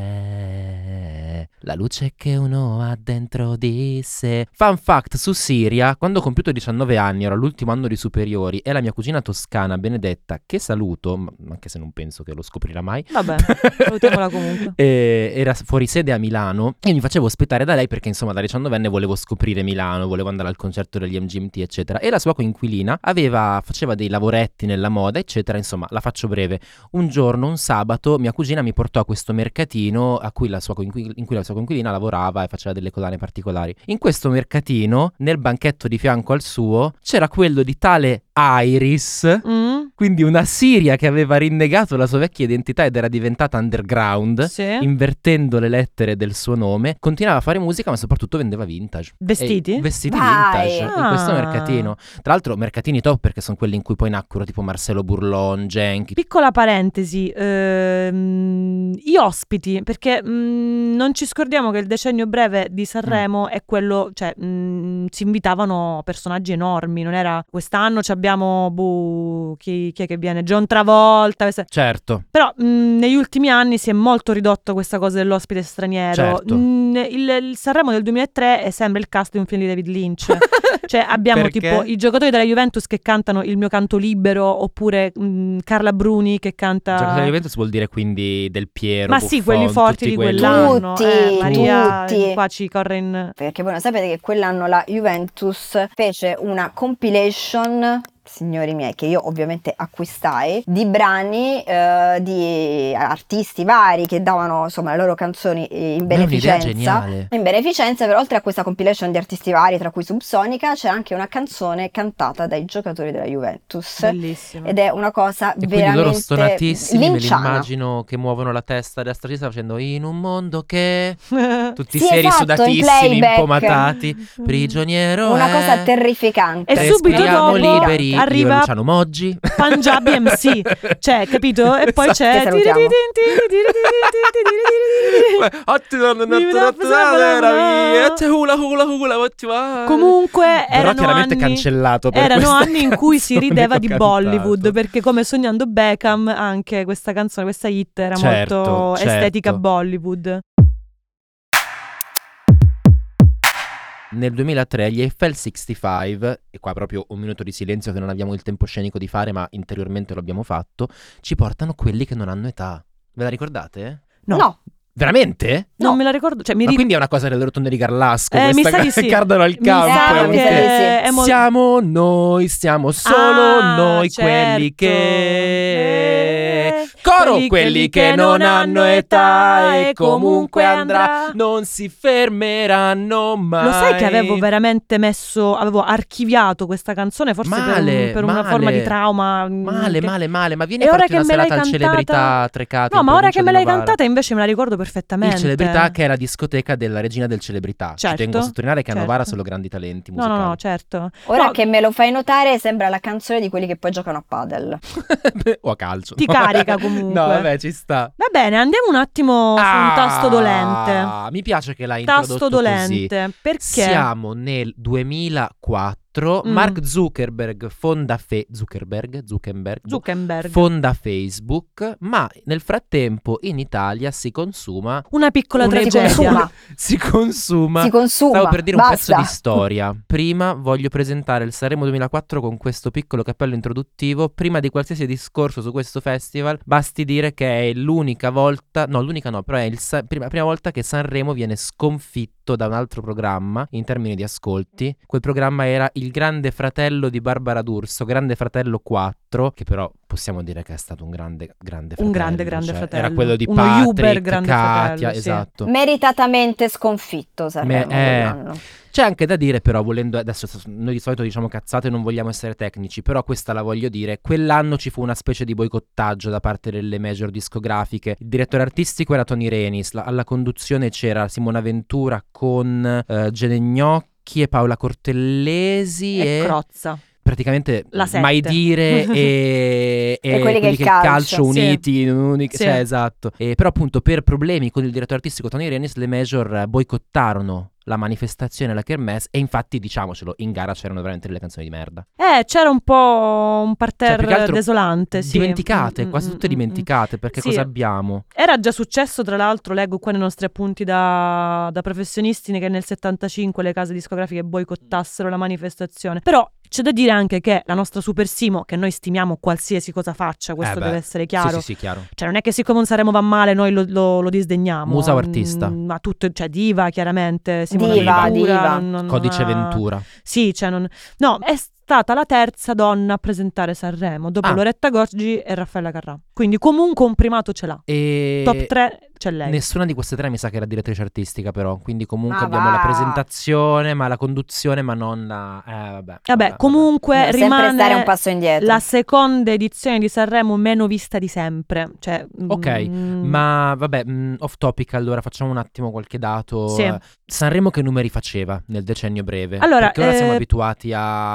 è la luce che uno ha dentro di sé. Fun fact su Siria: quando ho compiuto diciannove anni, ero all'ultimo anno di superiori, e la mia cugina toscana Benedetta, che saluto, ma- anche se non penso che lo scoprirà mai, Vabbè, salutiamola comunque. e era fuori sede a Milano e mi facevo ospitare da lei perché insomma da diciannovenne volevo scoprire Milano, volevo andare al concerto degli M G M T eccetera, e la sua coinquilina aveva, faceva dei lavoretti nella moda eccetera, insomma la faccio breve. Un giorno, un sabato, mia cugina mi portò a questo mercatino a cui la sua coinquil- in cui la sua coinquilina lavorava e faceva delle collane particolari. In questo mercatino, nel banchetto di fianco al suo, c'era quello di tale Iris, Mm? quindi una Siria che aveva rinnegato la sua vecchia identità ed era diventata underground, Sì. invertendo le lettere del suo nome, continuava a fare musica ma soprattutto vendeva vintage. Vestiti? E vestiti Vai. vintage in questo Ah. mercatino. Tra l'altro mercatini top perché sono quelli in cui poi nacquero tipo Marcelo Burlon, Genchi. Piccola parentesi, ehm, gli ospiti, perché mh, non ci scordiamo che il decennio breve di Sanremo è quello, cioè mh, si invitavano personaggi enormi, non era quest'anno ci abbiamo boh, chi, chi è che viene? John Travolta, queste- Certo. però mh, negli ultimi anni si è molto ridotto questa cosa dell'ospite straniero. Certo. Mh, il, il Sanremo del duemilatré è sembra il cast di un film di David Lynch. Cioè abbiamo Perché? tipo i giocatori della Juventus che cantano Il mio canto libero, oppure mh, Carla Bruni che canta... Giocatore di Juventus vuol dire quindi Del Piero, Ma sì, Buffon, quelli forti tutti di quelli- quell'anno. Tutti, eh, Maria tutti. qua ci corre in... Perché voi non sapete che quell'anno la Juventus fece una compilation, signori miei, che io ovviamente acquistai, di brani eh, di artisti vari che davano insomma le loro canzoni eh, in Ma è un'idea beneficenza. geniale. In beneficenza, però, oltre a questa compilation di artisti vari, tra cui Subsonica, c'è anche una canzone cantata dai giocatori della Juventus. Bellissimo. Ed è una cosa E quindi veramente loro stonatissimi, me li linciana. immagino che muovono la testa a destra e a sinistra facendo In un mondo che... Tutti Sì, seri, esatto, in sudatissimi, playback. impomatati. Prigioniero Una è... cosa terrificante. E subito Respiriamo dopo liberi, arriva- io e Luciano Moggi. Punjabi M C, cioè, capito? E poi Esatto. c'è... Che salutiamo. Comunque Però erano chiaramente anni, cancellato per erano questa anni in cui si canzone rideva che ho di cantato. Bollywood, perché come Sognando Beckham anche questa canzone, questa hit era Certo, molto certo. estetica Bollywood. Nel duemilatré gli Eiffel sessantacinque, e qua proprio un minuto di silenzio che non abbiamo il tempo scenico di fare ma interiormente lo abbiamo fatto, ci portano quelli che non hanno età. Ve la ricordate? No. No. Veramente? Non No. me la ricordo, cioè mi Ma ri- quindi è una cosa delle rotonde di Garlasco, Eh, mi questa sa di cosa sì. che cardano al Mi campo. sa Eh, mi che sa di sì. è mo- Siamo noi, siamo solo Ah, noi certo. quelli che... Eh, Coro, quelli che non hanno età e comunque andrà, non si fermeranno mai. Lo sai che avevo veramente messo, avevo archiviato questa canzone forse per, Male, un- per una male. forma di trauma. mm, Male, che- male, male, ma vieni E a ora farti che una me l'hai serata al cantata- Celebrità Trecate. No, in ma ora provincia che me di l'hai Novara. cantata invece me la ricordo perfettamente. Il Celebrità, che è la discoteca della regina del Celebrità. Ci Certo, tengo a sottolineare che a certo. Novara sono grandi talenti No, musicali. no, no, certo. Ora No, che me lo fai notare sembra la canzone di quelli che poi giocano a padel. o a calcio. Ti carica comunque. No, vabbè, ci sta. Va bene, andiamo un attimo su un tasto dolente. Ah, mi piace che l'hai Tasto introdotto così. dolente. Perché? Siamo nel duemilaquattro. Mm. Mark Zuckerberg fonda Fe- Zuckerberg, Zuckerberg, Zuckerberg. fonda Facebook, ma nel frattempo in Italia si consuma Una piccola Si tragedia. consuma. si consuma Si consuma. Stavo per dire un Basta. pezzo di storia. Prima voglio presentare il Sanremo duemilaquattro con questo piccolo cappello introduttivo. Prima di qualsiasi discorso su questo festival, basti dire che è l'unica volta, no, l'unica no, però è il sa- prima, prima volta che Sanremo viene sconfitto da un altro programma in termini di ascolti. Quel programma era Il Grande Fratello di Barbara D'Urso, Grande Fratello quattro, che però possiamo dire che è stato un grande, grande fratello. Un grande, grande cioè, fratello. Era quello di Uno Patrick, uber grande Katia, fratello, sì. esatto. Meritatamente sconfitto Sanremo Me- eh. quell'anno. C'è anche da dire però, volendo adesso noi di solito diciamo cazzate e non vogliamo essere tecnici, però questa la voglio dire, quell'anno ci fu una specie di boicottaggio da parte delle major discografiche. Il direttore artistico era Tony Renis, la- alla conduzione c'era Simona Ventura con eh, Gene Gnocchi e Paola Cortellesi E e, Crozza. praticamente La sette. Mai Dire e, E quelli che il che calcio, calcio sì. uniti in un'unica- Sì. cioè, esatto. E però appunto per problemi con il direttore artistico Tony Renis le major eh, boicottarono la manifestazione, la kermesse, e infatti diciamocelo, in gara c'erano veramente delle canzoni di merda. Eh, c'era un po' un Cioè, parterre più che altro desolante, sì. dimenticate, Mm, quasi mm, tutte mm, mm. dimenticate, perché Sì. cosa abbiamo? Era già successo, tra l'altro, leggo qua nei nostri appunti da, da professionisti, che nel settantacinque le case discografiche boicottassero la manifestazione. Però c'è da dire anche che la nostra Super Simo, che noi stimiamo qualsiasi cosa faccia, questo Eh beh, deve essere chiaro. Sì, sì, sì, chiaro. Cioè non è che siccome un Sanremo va male noi lo, lo- lo disdegniamo. Musa o artista? Mm, Ma tutto, cioè diva chiaramente, Simona Diva, Ventura, diva. non- non Codice ha- Ventura. Sì, cioè non... No, è stata la terza donna a presentare Sanremo, dopo Ah. Loretta Goggi e Raffaella Carrà. Quindi comunque un primato ce l'ha. E Top tre c'è lei. nessuna di queste tre mi sa che era direttrice artistica, però. Quindi comunque Ma abbiamo va. la presentazione, ma la conduzione, ma non la... Eh, vabbè. Vabbè, comunque Deve sempre rimane stare un passo indietro. la seconda edizione di Sanremo meno vista di sempre. Cioè, Ok, mm, ma vabbè, mh, off topic, allora facciamo un attimo qualche dato. Sì. Eh, Sanremo che numeri faceva nel decennio breve? Allora, Perché ora siamo eh, abituati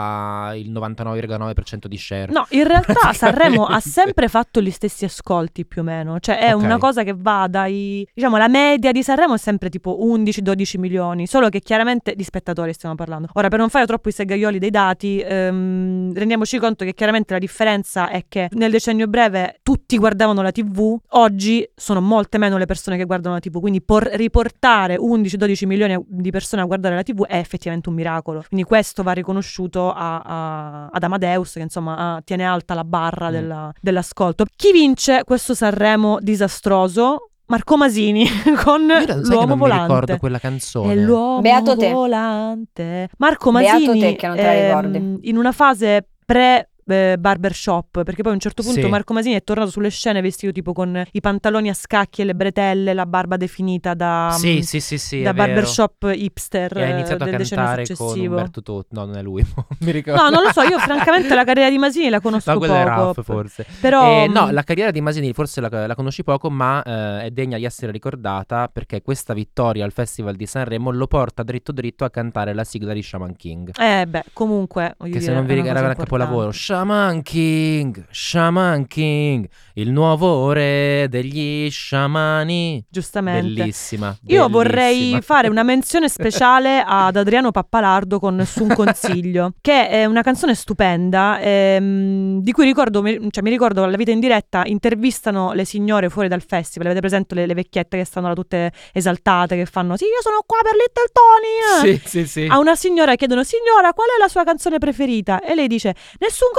al novantanove virgola nove per cento di share. No, in realtà Praticamente. Sanremo ha sempre fatto gli stessi ascolti più o meno, cioè è Ok. una cosa che va dai, diciamo la media di Sanremo è sempre tipo undici dodici milioni, solo che chiaramente di spettatori stiamo parlando. Ora, per non fare troppo i segaioli dei dati, ehm, rendiamoci conto che chiaramente la differenza è che nel decennio breve tutti guardavano la tivù, oggi sono molte meno le persone che guardano la tivù, quindi por- riportare undici dodici milioni di persone a guardare la tivù è effettivamente un miracolo, quindi questo va riconosciuto a, a- ad Amadeus, che insomma ha- tiene alta la barra Mm. della- dell'ascolto. Chi vince questo Sanremo disastroso? Marco Masini con Io sai che L'uomo non mi volante. ricordo quella canzone. È l'uomo Beato te. volante. Marco Beato Masini te che non te la ehm, ricordi. in una fase pre eh, barbershop, perché poi a un certo punto Sì. Marco Masini è tornato sulle scene vestito tipo con i pantaloni a scacchi e le bretelle, la barba definita da, Sì, mm, sì, sì, sì, da è vero. barbershop hipster E ha eh, iniziato del a decennio cantare con successivo. Umberto Totti. No, non è lui, mi ricordo. No, non lo so, io francamente la carriera di Masini la conosco No, quello è poco. Raff, forse. Però Eh, no, mm, la carriera di Masini forse la, la conosci poco, ma eh, è degna di essere ricordata perché questa vittoria al Festival di Sanremo lo porta dritto dritto a cantare la sigla di Shaman King. eh beh, comunque voglio Che dire, se non vi è una ricorda cosa era capolavoro. importante. Shaman King, Shaman King, il nuovo re degli sciamani. Giustamente. Bellissima. Io bellissima. vorrei fare una menzione speciale ad Adriano Pappalardo con Nessun Consiglio, che è una canzone stupenda, ehm, di cui ricordo, mi- cioè mi ricordo alla vita in diretta, intervistano le signore fuori dal festival, avete presente le, le vecchiette che stanno là tutte esaltate, che fanno sì, io sono qua per Little Tony. eh." Sì, sì, sì. A una signora chiedono, signora, qual è la sua canzone preferita? E lei dice, Nessun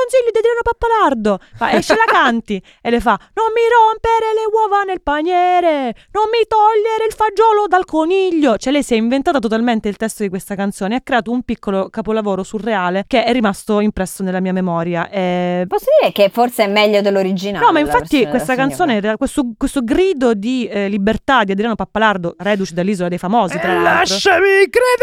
consigli di Adriano Pappalardo. Fa, esce la canti e le fa: non mi rompere le uova nel paniere, non mi togliere il fagiolo dal coniglio. Cioè lei si è inventata totalmente il testo di questa canzone e ha creato un piccolo capolavoro surreale che è rimasto impresso nella mia memoria. E... posso dire che forse è meglio dell'originale. No, ma infatti la questa canzone, questo, questo grido di eh, libertà di Adriano Pappalardo, reduce dall'Isola dei Famosi, tra l'altro. Lasciami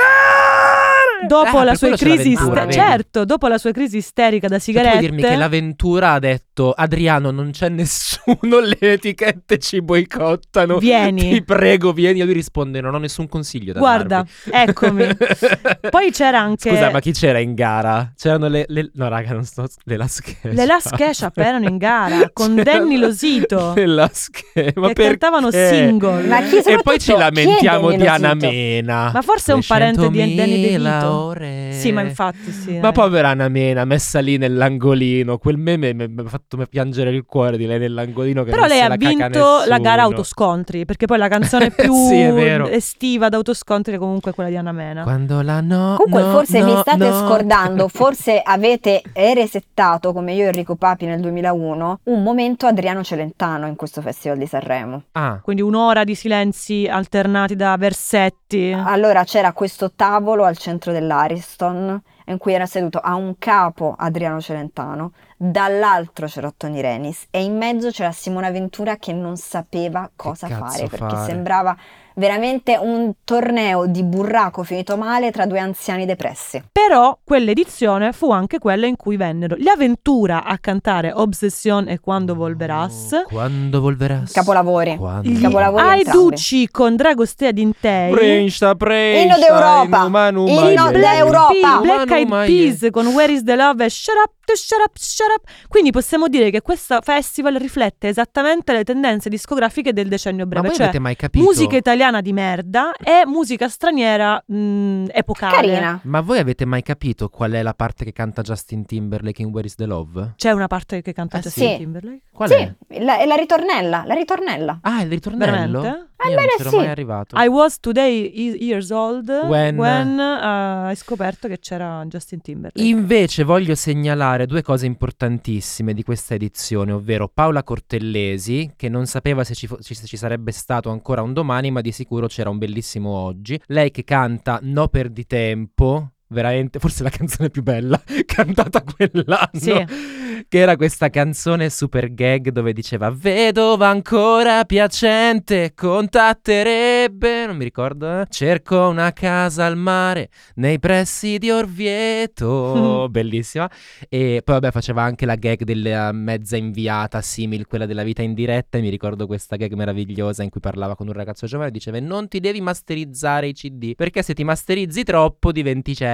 credere! Dopo Ah, la per sua quello c'è crisi l'avventura, iste- vedi? certo, dopo la sua crisi isterica da Cioè, sigarette. puoi dirmi che l'avventura ha detto: Adriano, non c'è nessuno, le etichette ci boicottano. Vieni. Ti prego, vieni. E lui risponde: non ho nessun consiglio da Guarda, darvi. eccomi. Poi c'era anche Scusa, ma chi c'era in gara? C'erano le... le... No, raga, non sto... Le Last Ketchup. le Last Ketchup erano in gara con Danny Losito Le Last Ketchup. Ma che perché? cantavano single. Ma chi E soprattutto poi ci chi è lamentiamo Danny di Anna Losito? Mena. Ma forse è un parente di Danny De trecentomila Vito. ore. Sì, ma infatti sì. Ma dai. povera Anna Mena, messa lì nell'angolino. Quel meme mi ha fatto piangere il cuore di lei nell'angolino. Che Però non lei se ha la caga vinto la nessuno. gara autoscontri, perché poi la canzone più Sì, è vero. estiva d'autoscontri è comunque quella di Anna Mena. Quando la no, Comunque no, forse no, vi state no. scordando, forse avete resettato come io e Enrico Papi nel duemilauno un momento Adriano Celentano in questo Festival di Sanremo. Ah, Quindi un'ora di silenzi alternati da versetti. Allora c'era questo tavolo al centro dell'Ariston in cui era seduto a un capo Adriano Celentano, dall'altro c'era Tony Renis e in mezzo c'era Simona Ventura che non sapeva cosa cazzo fare perché fare? sembrava veramente un torneo di burraco finito male tra due anziani depressi. Però quell'edizione fu anche quella in cui vennero gli Aventura a cantare Obsession e Quando Volverás, Oh, quando volverás. Capolavori. Quando... Il capolavoro. Ai entrambi. Ducci con Dragostea Dintei, Preinsta, preinsta, Inno d'Europa. inumano, Inno mai, d'Europa. P, Black Eyed Umano, Peas con Where is the Love e Shut Up, Shut Up, Shut Up. Quindi possiamo dire che questo festival riflette esattamente le tendenze discografiche del decennio Ma breve, voi cioè avete mai capito? musica italiana di merda e musica straniera mh, epocale. Carina. Ma voi avete mai capito qual è la parte che canta Justin Timberlake in Where is the Love? C'è una parte che canta Ah, Justin sì. Timberlake? Qual Sì, è? la, è la ritornella, la ritornella. Ah, il ritornello? Veramente? Eh, Io non bene, c'ero sì. mai arrivato. I was today e- years old When- when, uh, hai scoperto che c'era Justin Timberlake. Invece voglio segnalare due cose importantissime di questa edizione, ovvero Paola Cortellesi, che non sapeva se ci, fo- ci- se ci sarebbe stato ancora un domani, ma di sicuro c'era un bellissimo oggi. Lei che canta No perdi tempo, veramente forse la canzone più bella cantata quell'anno, Sì. che era questa canzone super gag dove diceva vedova ancora piacente contatterebbe, non mi ricordo, eh? Cerco una casa al mare nei pressi di Orvieto, bellissima. E poi vabbè faceva anche la gag della mezza inviata simil quella della vita in diretta, e mi ricordo questa gag meravigliosa in cui parlava con un ragazzo giovane e diceva non ti devi masterizzare i C D perché se ti masterizzi troppo diventi cieco.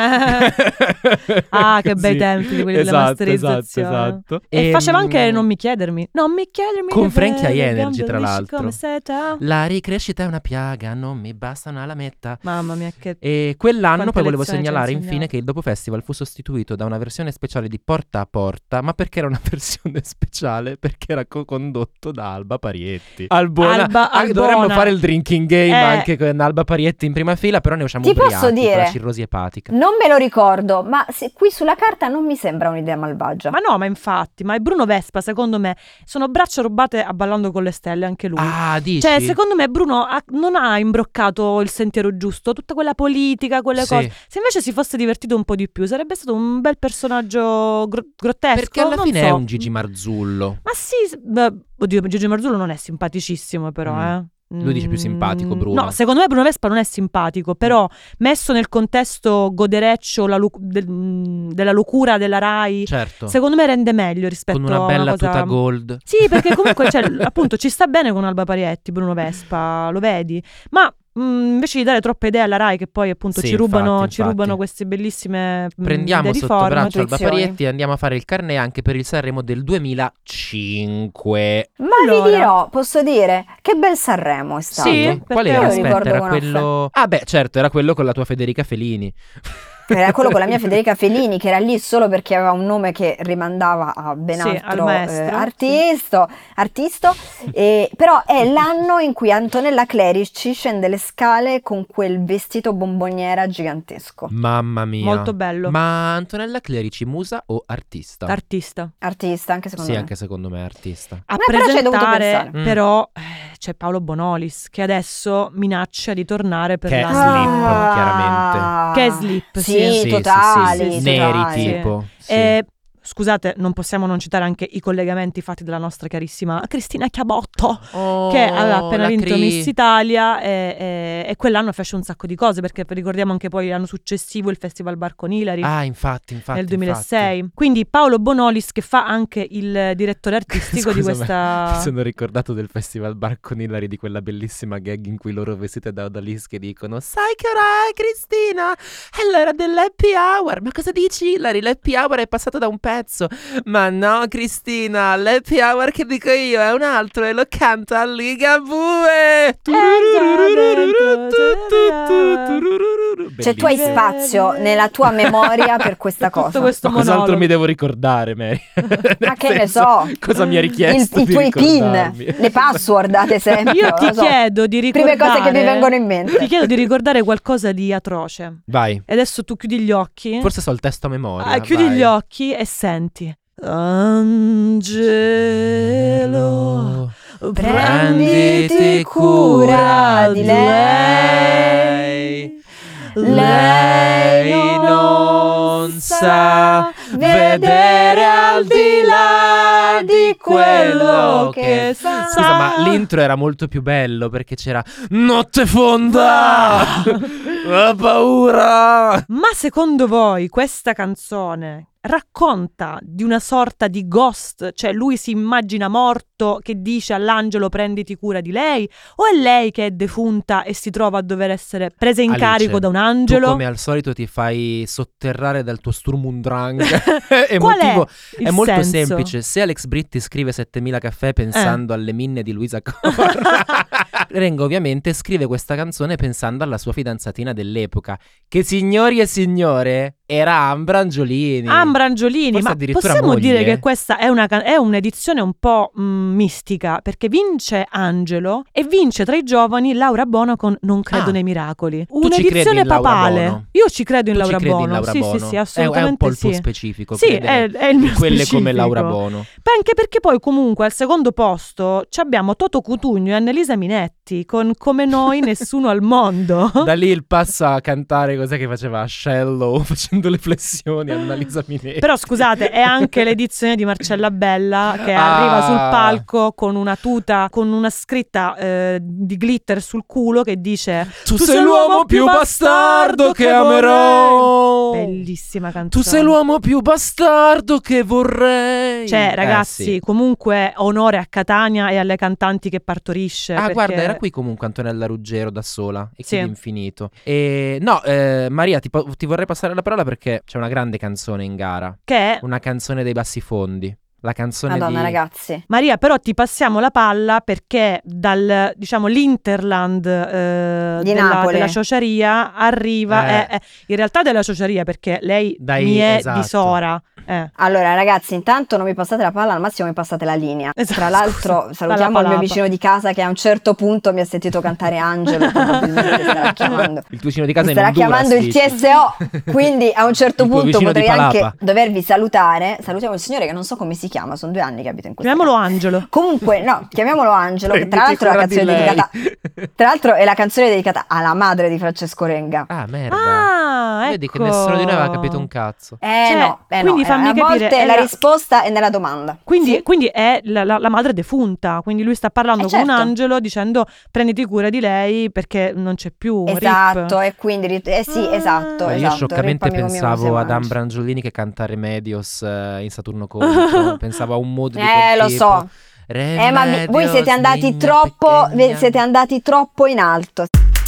Ah, che bei Sì. tempi di quelli della Esatto, masterizzazione. esatto, esatto. E Ehm, faceva anche Non mi chiedermi. Non mi chiedermi. con che Frankie bello, High Energy, gambe tra lisce l'altro. come seta. La ricrescita è una piaga, non mi basta una lametta. Mamma mia, che... E quell'anno Quante poi volevo lezioni ci ha segnalare insegnato. infine che il dopo festival fu sostituito da una versione speciale di Porta a Porta, ma perché era una versione speciale? Perché era co-condotto da Alba Parietti. Albona, Alba- ah, dovremmo Albona. fare il drinking game Eh. anche con Alba Parietti in prima fila, però ne usciamo Ti posso ubriachi per dire? la cirrosi epatica. Non me lo ricordo, ma se- qui sulla carta non mi sembra un'idea malvagia. Ma no, ma infatti, ma il Bruno Vespa, secondo me, sono braccia rubate a Ballando con le stelle, anche lui. Ah, dici? Cioè, secondo me Bruno ha- non ha imbroccato il sentiero giusto, tutta quella politica, quelle Sì. cose. Se invece si fosse divertito un po' di più, sarebbe stato un bel personaggio gro- grottesco. Perché alla non fine so. è un Gigi Marzullo. Ma sì, s- beh, oddio, Gigi Marzullo non è simpaticissimo però, Mm. eh. Lui dice più simpatico, Mm, Bruno. No, secondo me Bruno Vespa non è simpatico, però messo nel contesto godereccio la lu- del- mm, della locura della Rai, Certo. secondo me rende meglio rispetto Con una a bella una cosa... tuta gold. Sì, perché comunque cioè, appunto ci sta bene con Alba Parietti, Bruno Vespa, lo vedi? Ma mh, invece di dare troppe idee alla Rai, che poi appunto Sì, ci rubano, infatti, ci infatti. rubano queste bellissime mh, Prendiamo idee di sotto format. braccio Alba Intuizioni. Parietti e andiamo a fare il carnet anche per il Sanremo del duemilacinque. Ma Allora. vi dirò, posso dire, che bel Sanremo è stato. Sì, Qual perché era? io Aspetta, ricordo era con quello... Ah beh, certo, era quello con la tua Federica Felini. Era quello con la mia Federica Fellini, che era lì solo perché aveva un nome che rimandava a ben Sì, altro al maestro, eh, artista, artisto, e, però è l'anno in cui Antonella Clerici scende le scale con quel vestito bomboniera gigantesco. Mamma mia. Molto bello. Ma Antonella Clerici, musa o artista? Artista. Artista, anche secondo Sì, me. anche secondo me è artista. A Beh, però ci hai dovuto presentare pensare. Mm. però eh, c'è Paolo Bonolis che adesso minaccia di tornare per Che la Slip, Ah, chiaramente. Che è Slip, sì, sì. Sì, totali, sì, sì. totali. Neri Sì. tipo. Sì. E scusate, non possiamo non citare anche i collegamenti fatti dalla nostra carissima Cristina Chiabotto, Oh, che aveva appena la vinto Cri- Miss Italia e, e- e quell'anno fece un sacco di cose, perché ricordiamo anche poi l'anno successivo il Festival Bar con Hilary. Ah, infatti, infatti. Nel duemilasei. Quindi Paolo Bonolis, che fa anche il direttore artistico di Scusami, questa... Mi sono ricordato del Festival Bar con Hilary, di quella bellissima gag in cui loro vestite da odalische dicono: sai che ora è, Cristina? È l'ora dell'happy hour. Ma cosa dici, Hilary? L'happy hour è passato da un pezzo. Ma no, Cristina, l'happy hour che dico io è un altro e lo canta Ligabue. Cioè tu hai Bellissimo. spazio nella tua memoria per questa Tutto cosa. questo Ma cos'altro monologo. mi devo ricordare, Mary? Nel Ma che ne senso, so. Cosa mi ha richiesto Il- i di tuoi pin, ricordarmi? le password ad esempio. Io ti non lo so. chiedo di ricordare... Prime cose che mi vengono in mente. Ti chiedo di ricordare qualcosa di atroce. Vai. E adesso tu chiudi gli occhi. Forse so il testo a memoria. Ah, chiudi vai. gli occhi e senti. Angelo, Prenditi cura di lei. Lei non sa vedere al di là di quello che sa. Scusa, ma l'intro era molto più bello perché c'era Notte fonda! Ho paura! Ma secondo voi questa canzone racconta di una sorta di ghost? Cioè lui si immagina morto che dice all'angelo prenditi cura di lei? O è lei che è defunta e si trova a dover essere presa in Alice, carico da un Tu angelo? come al solito ti fai sotterrare dal tuo Sturm und Drang Qual è emotivo. il È molto senso? semplice. Se Alex Britti scrive settemila caffè pensando alle minne di Luisa Corra, Rengo ovviamente scrive questa canzone pensando alla sua fidanzatina dell'epoca, che signori e signore era Ambra Angiolini. Ambra Angiolini, Forse ma addirittura possiamo moglie. dire che questa è, una, can- è un'edizione un po' mh, mistica, perché vince Angelo e vince tra i giovani Laura Bono con Non credo Ah. nei miracoli. Tu ci credi Un'edizione in Laura papale. Bono? Io ci credo in Tu Laura ci credi Bono. in Laura sì, Bono? sì, sì, È- assolutamente è un po' il sì. tuo specifico. Sì, credere è, è il mio in quelle specifico. come Laura Bono. Beh, anche perché poi comunque al secondo posto ci abbiamo Toto Cutugno e Annelisa Minetti con Come noi nessuno al mondo. Da lì il passo a cantare cos'è che faceva Shallow facendo le flessioni a Annalisa Minetti. Però scusate, è anche l'edizione di Marcella Bella che Ah. arriva sul palco con una tuta, con una scritta eh, di glitter sul culo che dice Tu sei l'uomo più bastardo che amerò. Bellissima canzone. Tu sei l'uomo più bastardo che vorrei. Cioè, Eh, ragazzi, sì. comunque onore a Catania e alle cantanti che partorisce. Ah, perché- guarda, era qui comunque Antonella Ruggero da sola e Sì. chiudi infinito. E no, eh, Maria, ti, po- ti vorrei passare la parola perché c'è una grande canzone in gara. Che è... Una canzone dei Bassifondi. La canzone Madonna di... ragazzi. Maria, però ti passiamo la palla perché dal, diciamo, l'Interland eh, Di della, Napoli. della ciociaria arriva, Eh. è- è- in realtà della ciociaria perché lei Dai, mi è esatto. di Sora. Eh. Allora ragazzi, intanto non mi passate la palla, al massimo mi passate la linea. Esatto, Tra l'altro scusa, salutiamo la il mio palapa. vicino di casa che a un certo punto mi ha sentito cantare Angelo, probabilmente starà chiamando. Il tuo vicino di casa Mi in starà Honduras, chiamando il dici. T S O, quindi a un certo Il tuo punto vicino di potrei anche Palapa. dovervi salutare. Salutiamo il signore che non so come si chiama, sono due anni che abita in questa Chiamiamolo casa. Angelo. Comunque, no, chiamiamolo Angelo, che tra Prenditi l'altro è la cura di canzone lei. dedicata tra l'altro è la canzone dedicata alla madre di Francesco Renga. Ah, merda. Ah, Vedi ecco. che nessuno di noi aveva capito un cazzo. Eh Cioè, no, eh quindi no, fammi a capire, volte è la la- risposta è nella domanda. Quindi, Sì. quindi è la, la- la madre defunta, quindi lui sta parlando Eh, con un certo. angelo dicendo prenditi cura di lei perché non c'è più. Esatto, rip. e quindi rit- eh sì, Ah. esatto, Ma io esatto. scioccamente Rip amico mio, pensavo non ad si Ambra Angiolini che canta Remedios eh, in Saturno contro. Pensavo a un mood di mangia. quel Eh, lo tipo. so. Eh, ma vi- voi siete andati Remedios, troppo niña ve- siete andati troppo in alto.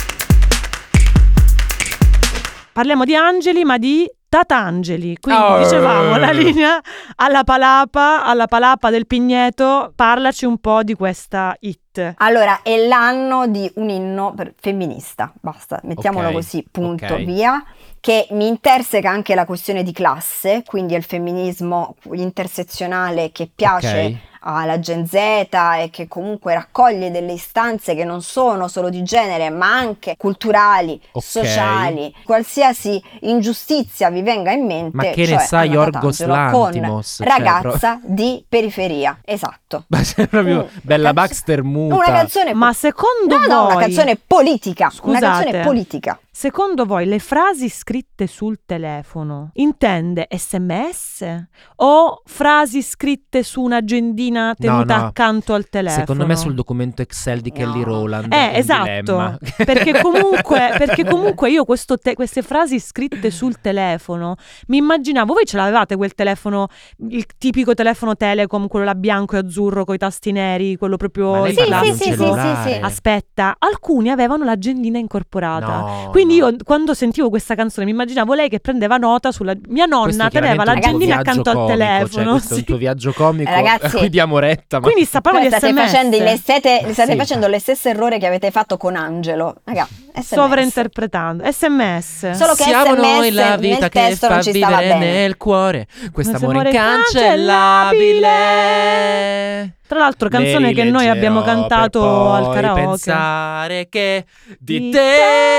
Parliamo di angeli, ma di Tatangeli. Quindi Oh. dicevamo la linea alla palapa, alla palapa del Pigneto. Parlaci un po' di questa hit. hit. Allora, è l'anno di un inno per- femminista, basta, mettiamolo Ok, così, punto, ok. via, che mi interseca anche la questione di classe, quindi è il femminismo intersezionale che piace Ok. alla Gen Z e che comunque raccoglie delle istanze che non sono solo di genere, ma anche culturali, Ok. sociali, qualsiasi ingiustizia vi venga in mente. Ma che ne cioè sa Anna Yorgos Tatangelo Lanthimos, con cioè, ragazza di periferia, esatto. Ma c'è proprio Una Bella canzo- Baxter muta. Una canzone Ma secondo No, no, una voi- canzone politica, una Scusate. canzone politica. Secondo voi le frasi scritte sul telefono intende sms o frasi scritte su un'agendina tenuta No, no. accanto al telefono? Secondo me sul documento Excel di Kelly No. Rowland. Eh, un esatto, dilemma. perché comunque, perché comunque io questo te- queste frasi scritte sul telefono mi immaginavo, voi ce l'avevate quel telefono, il tipico telefono Telecom, quello là bianco e azzurro con i tasti neri, quello proprio Ma lei il Sì, parla di un sì, sì, sì, cellulare. sì, sì. Aspetta, alcuni avevano l'agendina incorporata. No, Quindi no. io quando sentivo questa canzone mi immaginavo lei che prendeva nota sulla mia Questo nonna è teneva chiaramente un tuo l'agendina viaggio accanto al comico, telefono. Cioè, questo è sì. un tuo viaggio comico Ragazzi, a cui diamo retta. Ma... Quindi sta parlando Cioè, di state S M S. facendo, le state, state Sì. facendo lo stesso errore che avete fatto con Angelo. Raga, S M S. Sovrainterpretando S M S. Solo che Siamo S M S noi la vita nel che testo non fa ci stava vivere bene. nel cuore questo Questo amore amore incancellabile. Tra l'altro canzone Le che noi abbiamo rileggerò cantato per al poi karaoke. pensare che di Di te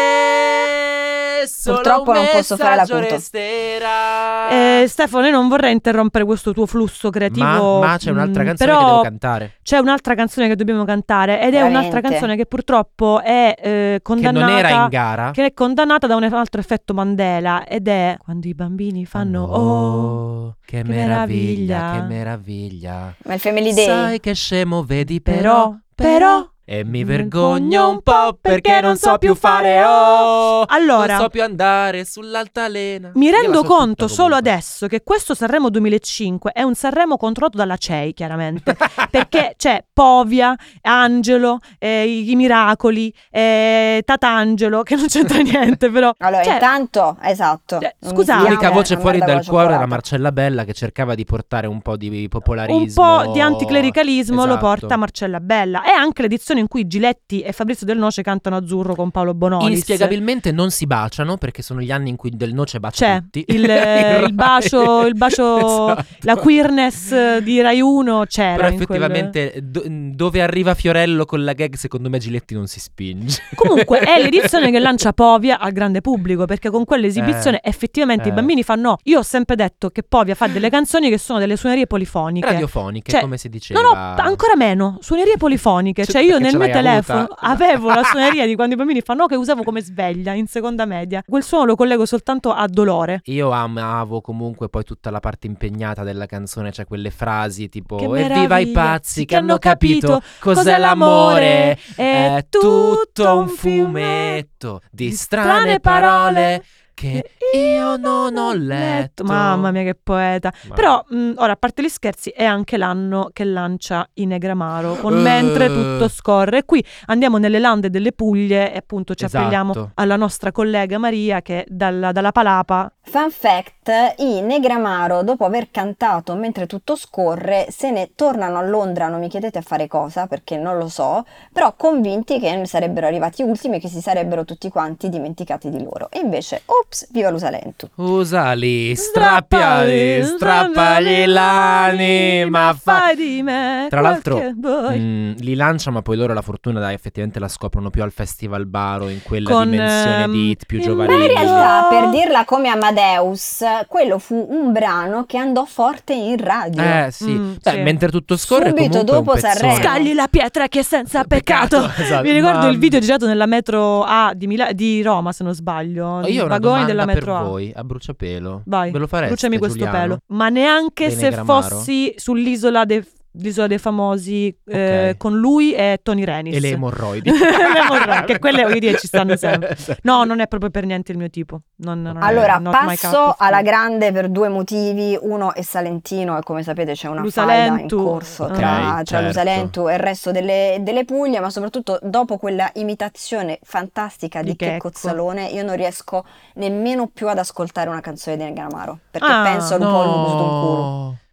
solo Purtroppo un non posso fare messaggio l'acuto. resterà. Eh, Stefano, io non vorrei interrompere questo tuo flusso creativo. ma, ma c'è un'altra mm, canzone però che devo cantare. c'è un'altra canzone che dobbiamo cantare ed è Veramente? un'altra canzone che purtroppo è eh, Che condannata non era in gara. che è condannata da un altro effetto Mandela ed è quando i bambini fanno oh, Oh, che, che meraviglia, meraviglia. che meraviglia. Ma il Family Day? Sai che scemo vedi però però, però e mi vergogno un po' perché non so più fare oh. Allora, Non so più andare sull'altalena. mi Io la rendo so tutta conto solo comunque. adesso che questo Sanremo duemilacinque è un Sanremo controllato dalla C E I, chiaramente, perché c'è Povia, Angelo, eh, i, i Miracoli, eh, Tatangelo, che non c'entra niente però. Allora, Cioè, intanto, esatto. cioè, non scusate. mi L'unica fiamo, voce una fuori merda dal con la cuore era cioccolata. Marcella Bella, che cercava di portare un po' di popolarismo. un po' di anticlericalismo lo Esatto. porta Marcella Bella. È anche l'edizione in cui Giletti e Fabrizio Del Noce cantano Azzurro con Paolo Bonolis. Inspiegabilmente non si baciano perché sono gli anni in cui Del Noce bacia C'è tutti. il, In il bacio, il bacio Esatto. la queerness di Rai uno c'era. Però in quel- effettivamente do- dove arriva Fiorello con la gag, secondo me Giletti non si spinge. Comunque è l'edizione che lancia Povia al grande pubblico, perché con quell'esibizione Eh, effettivamente eh. i bambini fanno no. Io ho sempre detto che Povia fa delle canzoni che sono delle suonerie polifoniche. Radiofoniche, Cioè, come si diceva. No, no, ancora meno, suonerie polifoniche. Cioè, Cioè io perché nel ce mio l'hai telefono avuta? avevo la suoneria di quando i bambini fanno no, che usavo come sveglia in seconda media. Quel suono lo collego soltanto a dolore. Io amavo comunque poi tutta la parte impegnata della canzone, cioè quelle frasi tipo Che evviva i meraviglia, pazzi che hanno capito cos'è l'amore, è tutto un fumetto di strane parole che io non ho letto. Mamma mia che poeta. Ma- Però mh, ora a parte gli scherzi è anche l'anno che lancia i Negramaro con Eh. Mentre tutto scorre. E qui andiamo nelle lande delle Puglie e appunto ci Esatto. appelliamo alla nostra collega Maria che dalla, dalla Palapa. Fun fact, i Negramaro, dopo aver cantato Mentre tutto scorre, se ne tornano a Londra, non mi chiedete a fare cosa, perché non lo so, però convinti che ne sarebbero arrivati ultimi e che si sarebbero tutti quanti dimenticati di loro. E invece, ops, viva l'Usalentu. Usali, strappiali, strappagli l'anima, fa... fai di me Tra l'altro, quel che vuoi. mm, li lancia, ma poi loro la fortuna dai, effettivamente la scoprono più al Festival Baro, in quella Con, dimensione ehm, di hit più il Ma in giovanili. realtà, per dirla come Amadeus, quello fu un brano che andò forte in radio. Eh sì, Mm, Beh, sì. mentre tutto scorre Subito comunque è un dopo pezzone. Sanremo. Scagli la pietra che è senza peccato. Peccato, esatto. Mi ricordo Ma- il video girato nella metro A di, Mila- di Roma, se non sbaglio. Io ho una vagoni domanda della per metro A. voi, a bruciapelo. Vai, Ve lo fareste, bruciami questo Giuliano? pelo. Ma neanche Dei se Negramaro? fossi sull'isola dei, l'isola dei famosi eh, Ok. con lui e Tony Renis. E le emorroidi. Le emorroidi, che quelle voglio dire ci stanno sempre. No, non è proprio per niente il mio tipo. Non, non è- Allora, not my cup passo of tea. alla grande per due motivi. Uno è Salentino e come sapete c'è una faida in Lusalentu. corso Ok, tra, tra certo. Lusalentu e il resto delle, delle Puglie, ma soprattutto dopo quella imitazione fantastica di, Di Checco Checco. Zalone io non riesco nemmeno più ad ascoltare una canzone di Negramaro, perché Ah, penso un po' all'uso d'un culo.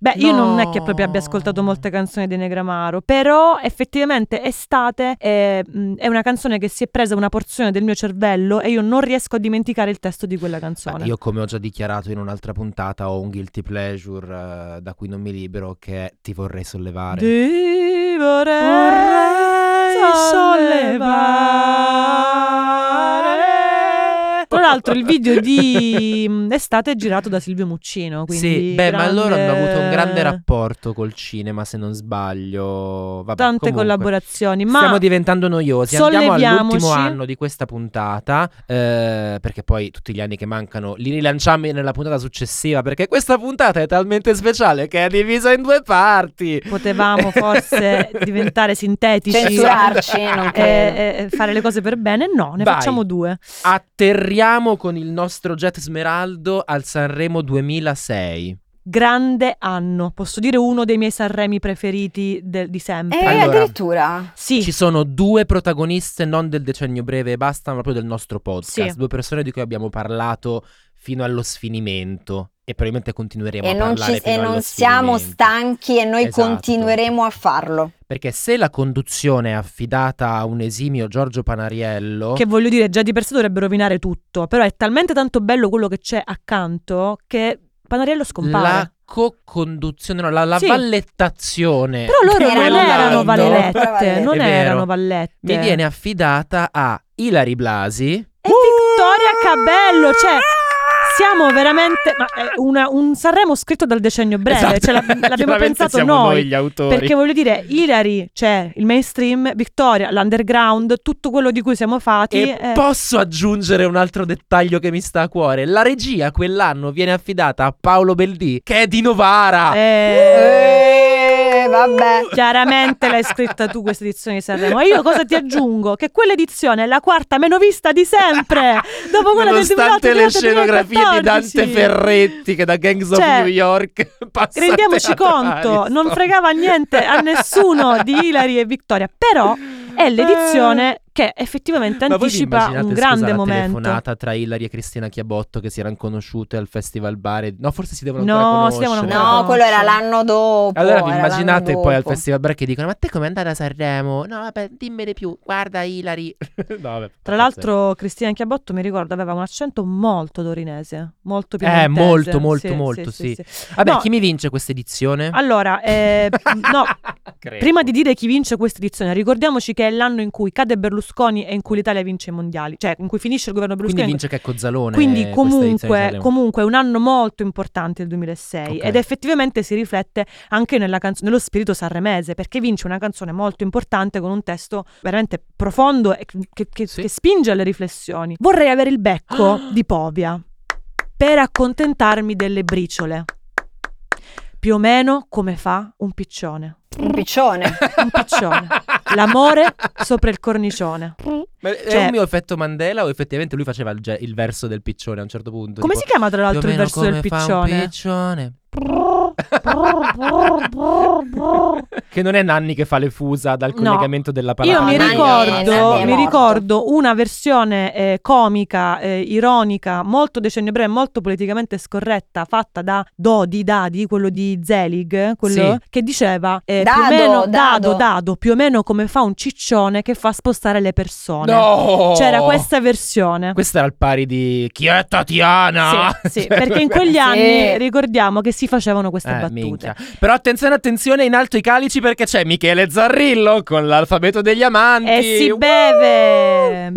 Beh, io No. non è che proprio abbia ascoltato molte canzoni di Negramaro, però effettivamente Estate è, mh, è una canzone che si è presa una porzione del mio cervello e io non riesco a dimenticare il testo di quella canzone. Beh, io, come ho già dichiarato in un'altra puntata, ho un guilty pleasure eh, da cui non mi libero, che è Ti vorrei sollevare. Ti vorrei, sollevare. Tra l'altro il video di mh, Estate è girato da Silvio Muccino, quindi Sì, beh, ma loro hanno avuto un grande grande- rapporto col cinema, se non sbaglio. Vabbè, tante comunque, collaborazioni, ma stiamo diventando noiosi. Andiamo solleviamoci. all'ultimo anno di questa puntata, eh, perché poi tutti gli anni che mancano li rilanciamo nella puntata successiva, perché questa puntata è talmente speciale che è divisa in due parti. potevamo forse diventare sintetici, Censurarci, non e, credo. e fare le cose per bene. No, ne Vai. facciamo due. Atterriamo con il nostro jet Smeraldo al Sanremo duemilasei. Grande anno, posso dire uno dei miei Sanremi preferiti del- di sempre. E Allora, addirittura. Sì, Ci sono due protagoniste, non del decennio breve e basta, ma proprio del nostro podcast. Sì. Due persone di cui abbiamo parlato fino allo sfinimento e probabilmente continueremo E a non, parlare ci, fino e allo non siamo sfinimento. stanchi e noi Esatto. continueremo a farlo. Perché se la conduzione è affidata a un esimio Giorgio Panariello, che voglio dire, già di per sé dovrebbe rovinare tutto, però è talmente tanto bello quello che c'è accanto che Panariello scompare. la co-conduzione, no, la, la Sì. vallettazione, Però loro Erano non erano vallette. vallette, non È vero. erano vallette. mi viene affidata a Ilary Blasi. E Vittoria Cabello, cioè siamo veramente ma è una- un Sanremo scritto dal decennio breve, Esatto. cioè, l'ab- l'abbiamo Chiaramente pensato siamo noi, noi gli autori. perché voglio dire, Ilary, c'è il mainstream, Vittoria, l'underground, tutto quello di cui siamo fati. E eh, posso aggiungere un altro dettaglio che mi sta a cuore. La regia quell'anno viene affidata a Paolo Beldì, che è di Novara. eh, Eh, vabbè. chiaramente l'hai scritta tu questa edizione di Sanremo. E io cosa ti aggiungo? Che quell'edizione è la quarta meno vista di sempre. Dopo quella del Nonostante le duemilaotto scenografie di duemilaquattordici. Dante Ferretti, che da Gangs of Cioè, New York passa a Rendiamoci teatrali, conto, non sto- fregava niente a nessuno di Ilary e Vittoria, però è l'edizione che effettivamente Ma voi vi anticipa immaginate, un scusa, grande la momento. telefonata tra Ilary e Cristina Chiabotto che si erano conosciute al Festival Bar e- no, forse si devono No, ancora si devono conoscere. ancora No, quello era l'anno dopo. Allora vi era immaginate l'anno poi al dopo. Festival Bar che dicono: ma te com'è andata a Sanremo? No, vabbè, dimmi di più, guarda Ilary. No, vabbè, Tra l'altro Cristina Chiabotto, mi ricordo, aveva un accento molto torinese, molto più Eh, molto, molto, molto, sì. Vabbè, No, chi mi vince questa edizione? Allora, eh, no, Crepo. prima di dire chi vince questa edizione, ricordiamoci che è l'anno in cui cade Berlusconi e in cui l'Italia vince i mondiali, cioè in cui finisce il governo Quindi Berlusconi. vince Checco Zalone. Quindi questa edizione di comunque, Sanremo. comunque è un anno molto importante il duemilasei Ok. ed effettivamente si riflette anche nella canzo- nello spirito sanremese, perché vince una canzone molto importante con un testo veramente profondo e che, che- Sì. che spinge alle riflessioni. Vorrei avere il becco di Povia per accontentarmi delle briciole, più o meno come fa un piccione. Un piccione. Un piccione. L'amore sopra il cornicione. Ma è Cioè- un mio effetto Mandela o effettivamente lui faceva il, ge- il verso del piccione a un certo punto? Come tipo, si chiama tra più o l'altro il meno verso del come fa un piccione? piccione. Che non è Nanni che fa le fusa dal No. collegamento della Io parola. mi Nanni- ricordo, Nanni è mi morto. ricordo una versione eh, comica, eh, ironica, molto decennio breve, molto politicamente scorretta, fatta da Dodi Dadi, quello di Zelig, quello Sì. che diceva eh, più Dado, o meno dado, Dado. dado, più o meno come fa un ciccione che fa spostare le persone. No! C'era questa versione. Questo era al pari di Chi è Tatiana? Sì, sì, perché in quegli Sì. anni ricordiamo che si facevano queste Eh, battute. minchia. Però attenzione, attenzione, in alto i calici perché c'è Michele Zarrillo con l'alfabeto degli amanti. E si Woo! beve.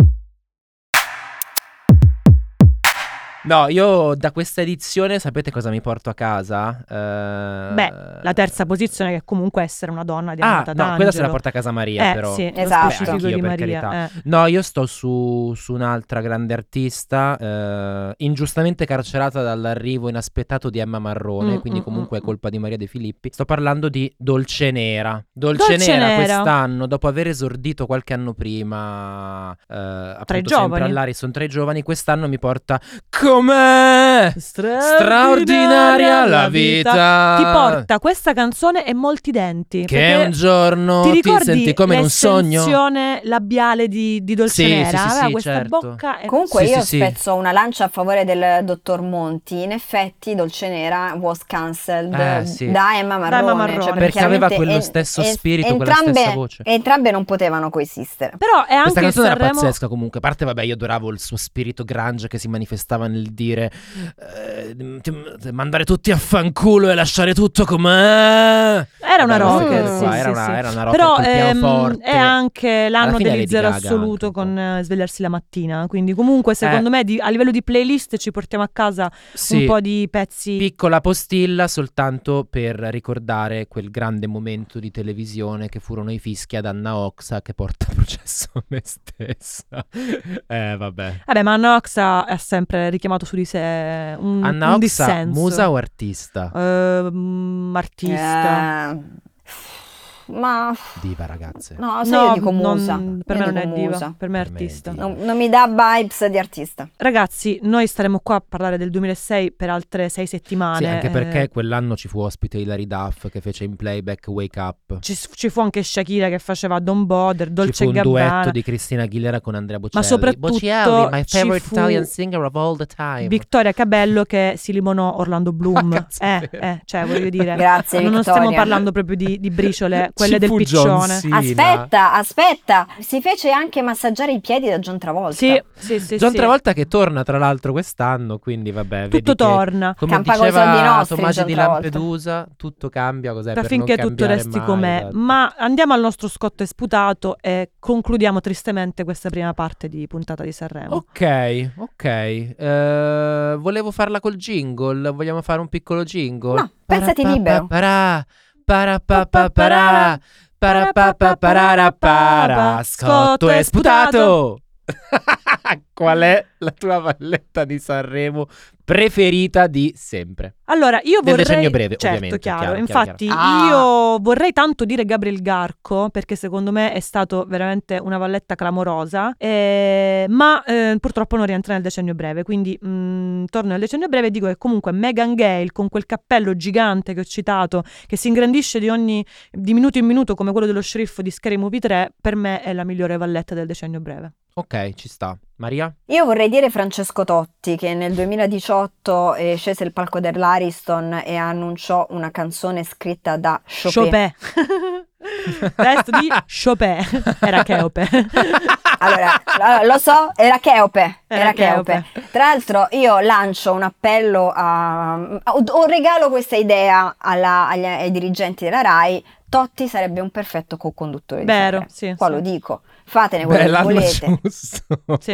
No, io da questa edizione sapete cosa mi porto a casa? Eh, Beh, la terza posizione che comunque essere una donna di Ah, Amata no, D'Angelo. quella se la porta a casa Maria, Eh, però. sì, lo Esatto. specifico Anch'io, di per Maria. carità. eh. No, io sto su, su un'altra grande artista, eh, ingiustamente carcerata dall'arrivo inaspettato di Emma Marrone, Mm, quindi mm, comunque è mm, colpa di Maria De Filippi. Sto parlando di Dolce Nera. Dolce, Dolce Nera, Nera. quest'anno, dopo aver esordito qualche anno prima, eh, appunto Tra i sempre giovani. all'Arison tra i giovani, quest'anno mi porta com'è straordinaria la vita. Ti porta questa canzone e molti denti. Che un giorno ti ti, ricordi senti come in un sogno. l'estensione labiale di, di Dolce Sì, Nera? sì, sì, Aveva sì, questa certo. bocca e... Comunque Sì, io sì, sì. spezzo una lancia a favore del dottor Monti. In effetti Dolce Nera was cancelled Eh, sì. da Emma Marrone, Emma Marrone. cioè, Perché aveva chiaramente quello en- stesso en- spirito, quella entrambe, stessa voce. Entrambe non potevano coesistere. Però è anche Questa canzone era Sanremo... pazzesca comunque. A parte, vabbè, io adoravo il suo spirito grunge che si manifestava nel dire eh, ti- mandare tutti a fanculo e lasciare tutto com'è. Era una Vabbè, queste rocker, cose sì, qua, sì, era, sì. una, era una rocker Però col ehm, pianoforte. è anche l'anno Alla fine degli Lady zero Gaga assoluto anche un con eh, svegliarsi la mattina. Quindi comunque secondo Eh. me di- a livello di playlist ci portiamo a casa Sì. un po' di pezzi. Piccola postilla soltanto per ricordare quel grande momento di televisione che furono i fischi ad Anna Oxa che porta a processo me stessa. Eh, vabbè. Vabbè, ma Anna Oxa ha sempre richiamato su di sé un, Anna un Oxa, dissenso. musa o artista? Ehm, artista. Eh, ma Diva, ragazze. no, se No, io dico non- musa. per Io me non dico è diva, musa. per me è Per me è artista. diva. Non, non mi dà vibes di artista. Ragazzi, noi staremo qua a parlare del duemilasei per altre sei settimane. Sì, anche perché eh, quell'anno ci fu ospite Hilary Duff che fece in playback Wake Up. ci, ci fu anche Shakira che faceva Don't Bother, Ci Dolce fu un Gabbana. duetto di Cristina Aguilera con Andrea Bocelli. Ma soprattutto Bocelli, my ci favorite fu Italian singer of all the time. Victoria Cabello che si limonò Orlando Bloom. Ah, cazzo, eh, vero. eh, cioè voglio dire, Grazie, non Victoria. stiamo parlando proprio di, di briciole, quelle Ci del fu John piccione. Cena. Aspetta, aspetta. Si fece anche massaggiare i piedi da John Travolta. Sì, sì, sì. John sì. Travolta che torna tra l'altro quest'anno, quindi vabbè. vedi Tutto che, torna. come Campa coi diceva soldi nostri, Tommaso John di Travolta. Lampedusa, tutto cambia, cos'è per Affinché non tutto cambiare resti mai, com'è. esatto. Ma andiamo al nostro scotto e sputato e concludiamo tristemente questa prima parte di puntata di Sanremo. Ok, ok. Eh, volevo farla col jingle. Vogliamo fare un piccolo jingle? No, pensati libero. Parà, parà, parà, parà, parà, parà, parà, parà, scotto e sputato. Qual è la tua valletta di Sanremo preferita di sempre? Allora, io Del vorrei... decennio breve, certo, ovviamente, chiaro. chiaro, Infatti, chiaro, chiaro. io vorrei tanto dire Gabriel Garco, perché secondo me è stato veramente una valletta clamorosa, eh, ma eh, purtroppo non rientra nel decennio breve, quindi mh, torno nel decennio breve e dico che comunque Megan Gale, con quel cappello gigante che ho citato, che si ingrandisce di ogni di minuto in minuto come quello dello sceriffo di Scary Movie tre, per me è la migliore valletta del decennio breve. Ok, ci sta. Maria? Io vorrei dire Francesco Totti che nel duemiladiciotto eh, scese il palco dell'Ariston e annunciò una canzone scritta da Chopin. Chopin. Testo di Chopin. Era Cheope. Allora, allora, lo so, era Cheope, Era era Cheope. Cheope. Tra l'altro io lancio un appello a, o, o regalo questa idea alla- agli, ai dirigenti della RAI. Totti sarebbe un perfetto co-conduttore di Vero, Sanremo. sì, Qua sì. lo dico, fatene quello Beh, che l'anno volete. giusto. Sì.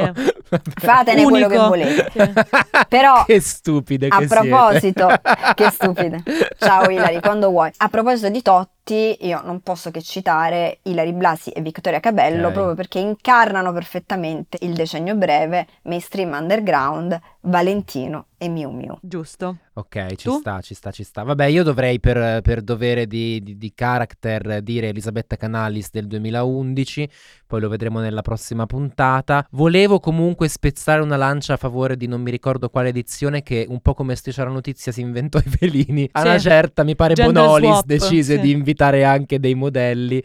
Fatene quello che Unico. volete. Sì. Però Che stupide a che proposito, siete. che stupide. Ciao Ilari, quando vuoi. A proposito di Totti, io non posso che citare Ilari Blasi e Vittoria Cabello Ok. proprio perché incarnano perfettamente il decennio breve, mainstream underground, Valentino e Miu Miu. Giusto. Ok, ci Tu? sta, ci sta, ci sta. Vabbè, io dovrei per, per dovere di, di, di character dire Elisabetta Canalis del duemilaundici, poi lo vedremo nella prossima puntata. Volevo comunque spezzare una lancia a favore di non mi ricordo quale edizione che un po' come Striscia la Notizia si inventò i velini. A Sì. una certa, mi pare Gender Bonolis swap, decise sì. di invitare anche dei modelli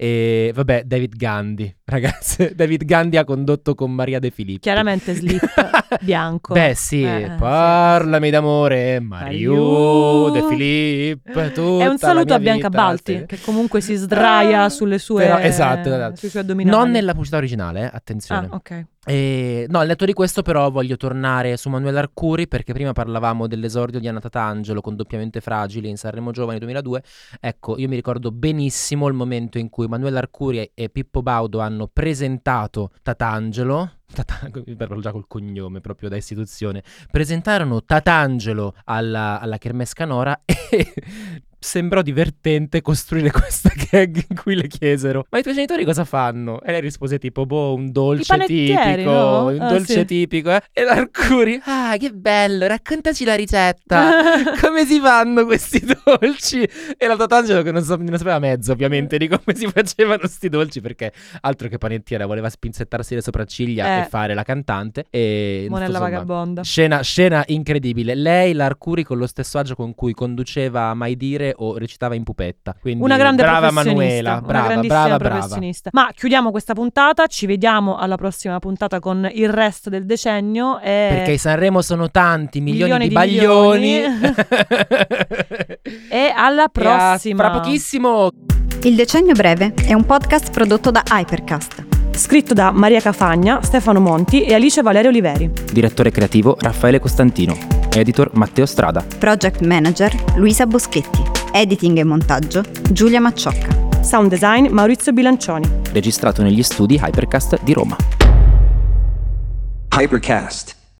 e vabbè, David Gandhi, ragazze, David Gandhi ha condotto con Maria De Filippi. Chiaramente slip bianco. Beh sì, Eh, parlami d'amore, Mario Mario. De Filippo. È un saluto a Bianca Balti, che comunque si sdraia Ah, sulle sue, però, esatto, esatto. sui suoi addominali. Non nella pubblicità originale, eh, attenzione. Ah, ok. E, no, al netto di questo però voglio tornare su Manuela Arcuri perché prima parlavamo dell'esordio di Anna Tatangelo con Doppiamente Fragili in Sanremo Giovani duemiladue. Ecco, io mi ricordo benissimo il momento in cui Manuela Arcuri e Pippo Baudo hanno presentato Tatangelo. Tata- mi parlo già col cognome proprio da istituzione. Presentarono Tatangelo alla, alla Kermesse Canora e sembrò divertente costruire questa gag in cui le chiesero: ma i tuoi genitori cosa fanno? E lei rispose tipo: boh, un dolce tipico, no? un Ah, dolce sì. tipico. eh. E l'Arcuri: ah, che bello, raccontaci la ricetta. Come si fanno questi dolci? E la Tatangelo che non, so, non sapeva mezzo ovviamente di come si facevano sti dolci, perché altro che panettiera, voleva spinzettarsi le sopracciglia Eh. e fare la cantante. E Monella insomma, vagabonda. Scena, scena incredibile. Lei, l'Arcuri, con lo stesso agio con cui conduceva Mai Dire o recitava in pupetta. Quindi Una grande brava professionista, Manuela, una brava, grandissima brava, brava. professionista. Ma chiudiamo questa puntata, ci vediamo alla prossima puntata con il resto del decennio. E... Perché i Sanremo sono tanti, milioni, Milioni di, di baglioni. e alla prossima. Fra pochissimo. Il Decennio Breve è un podcast prodotto da Hypercast. Scritto da Maria Cafagna, Stefano Monti e Alice Valerio Oliveri. Direttore creativo Raffaele Costantino. Editor Matteo Strada. Project Manager Luisa Boschetti. Editing e montaggio Giulia Macciocca. Sound design Maurizio Bilancioni. Registrato negli studi Hypercast di Roma. Hypercast.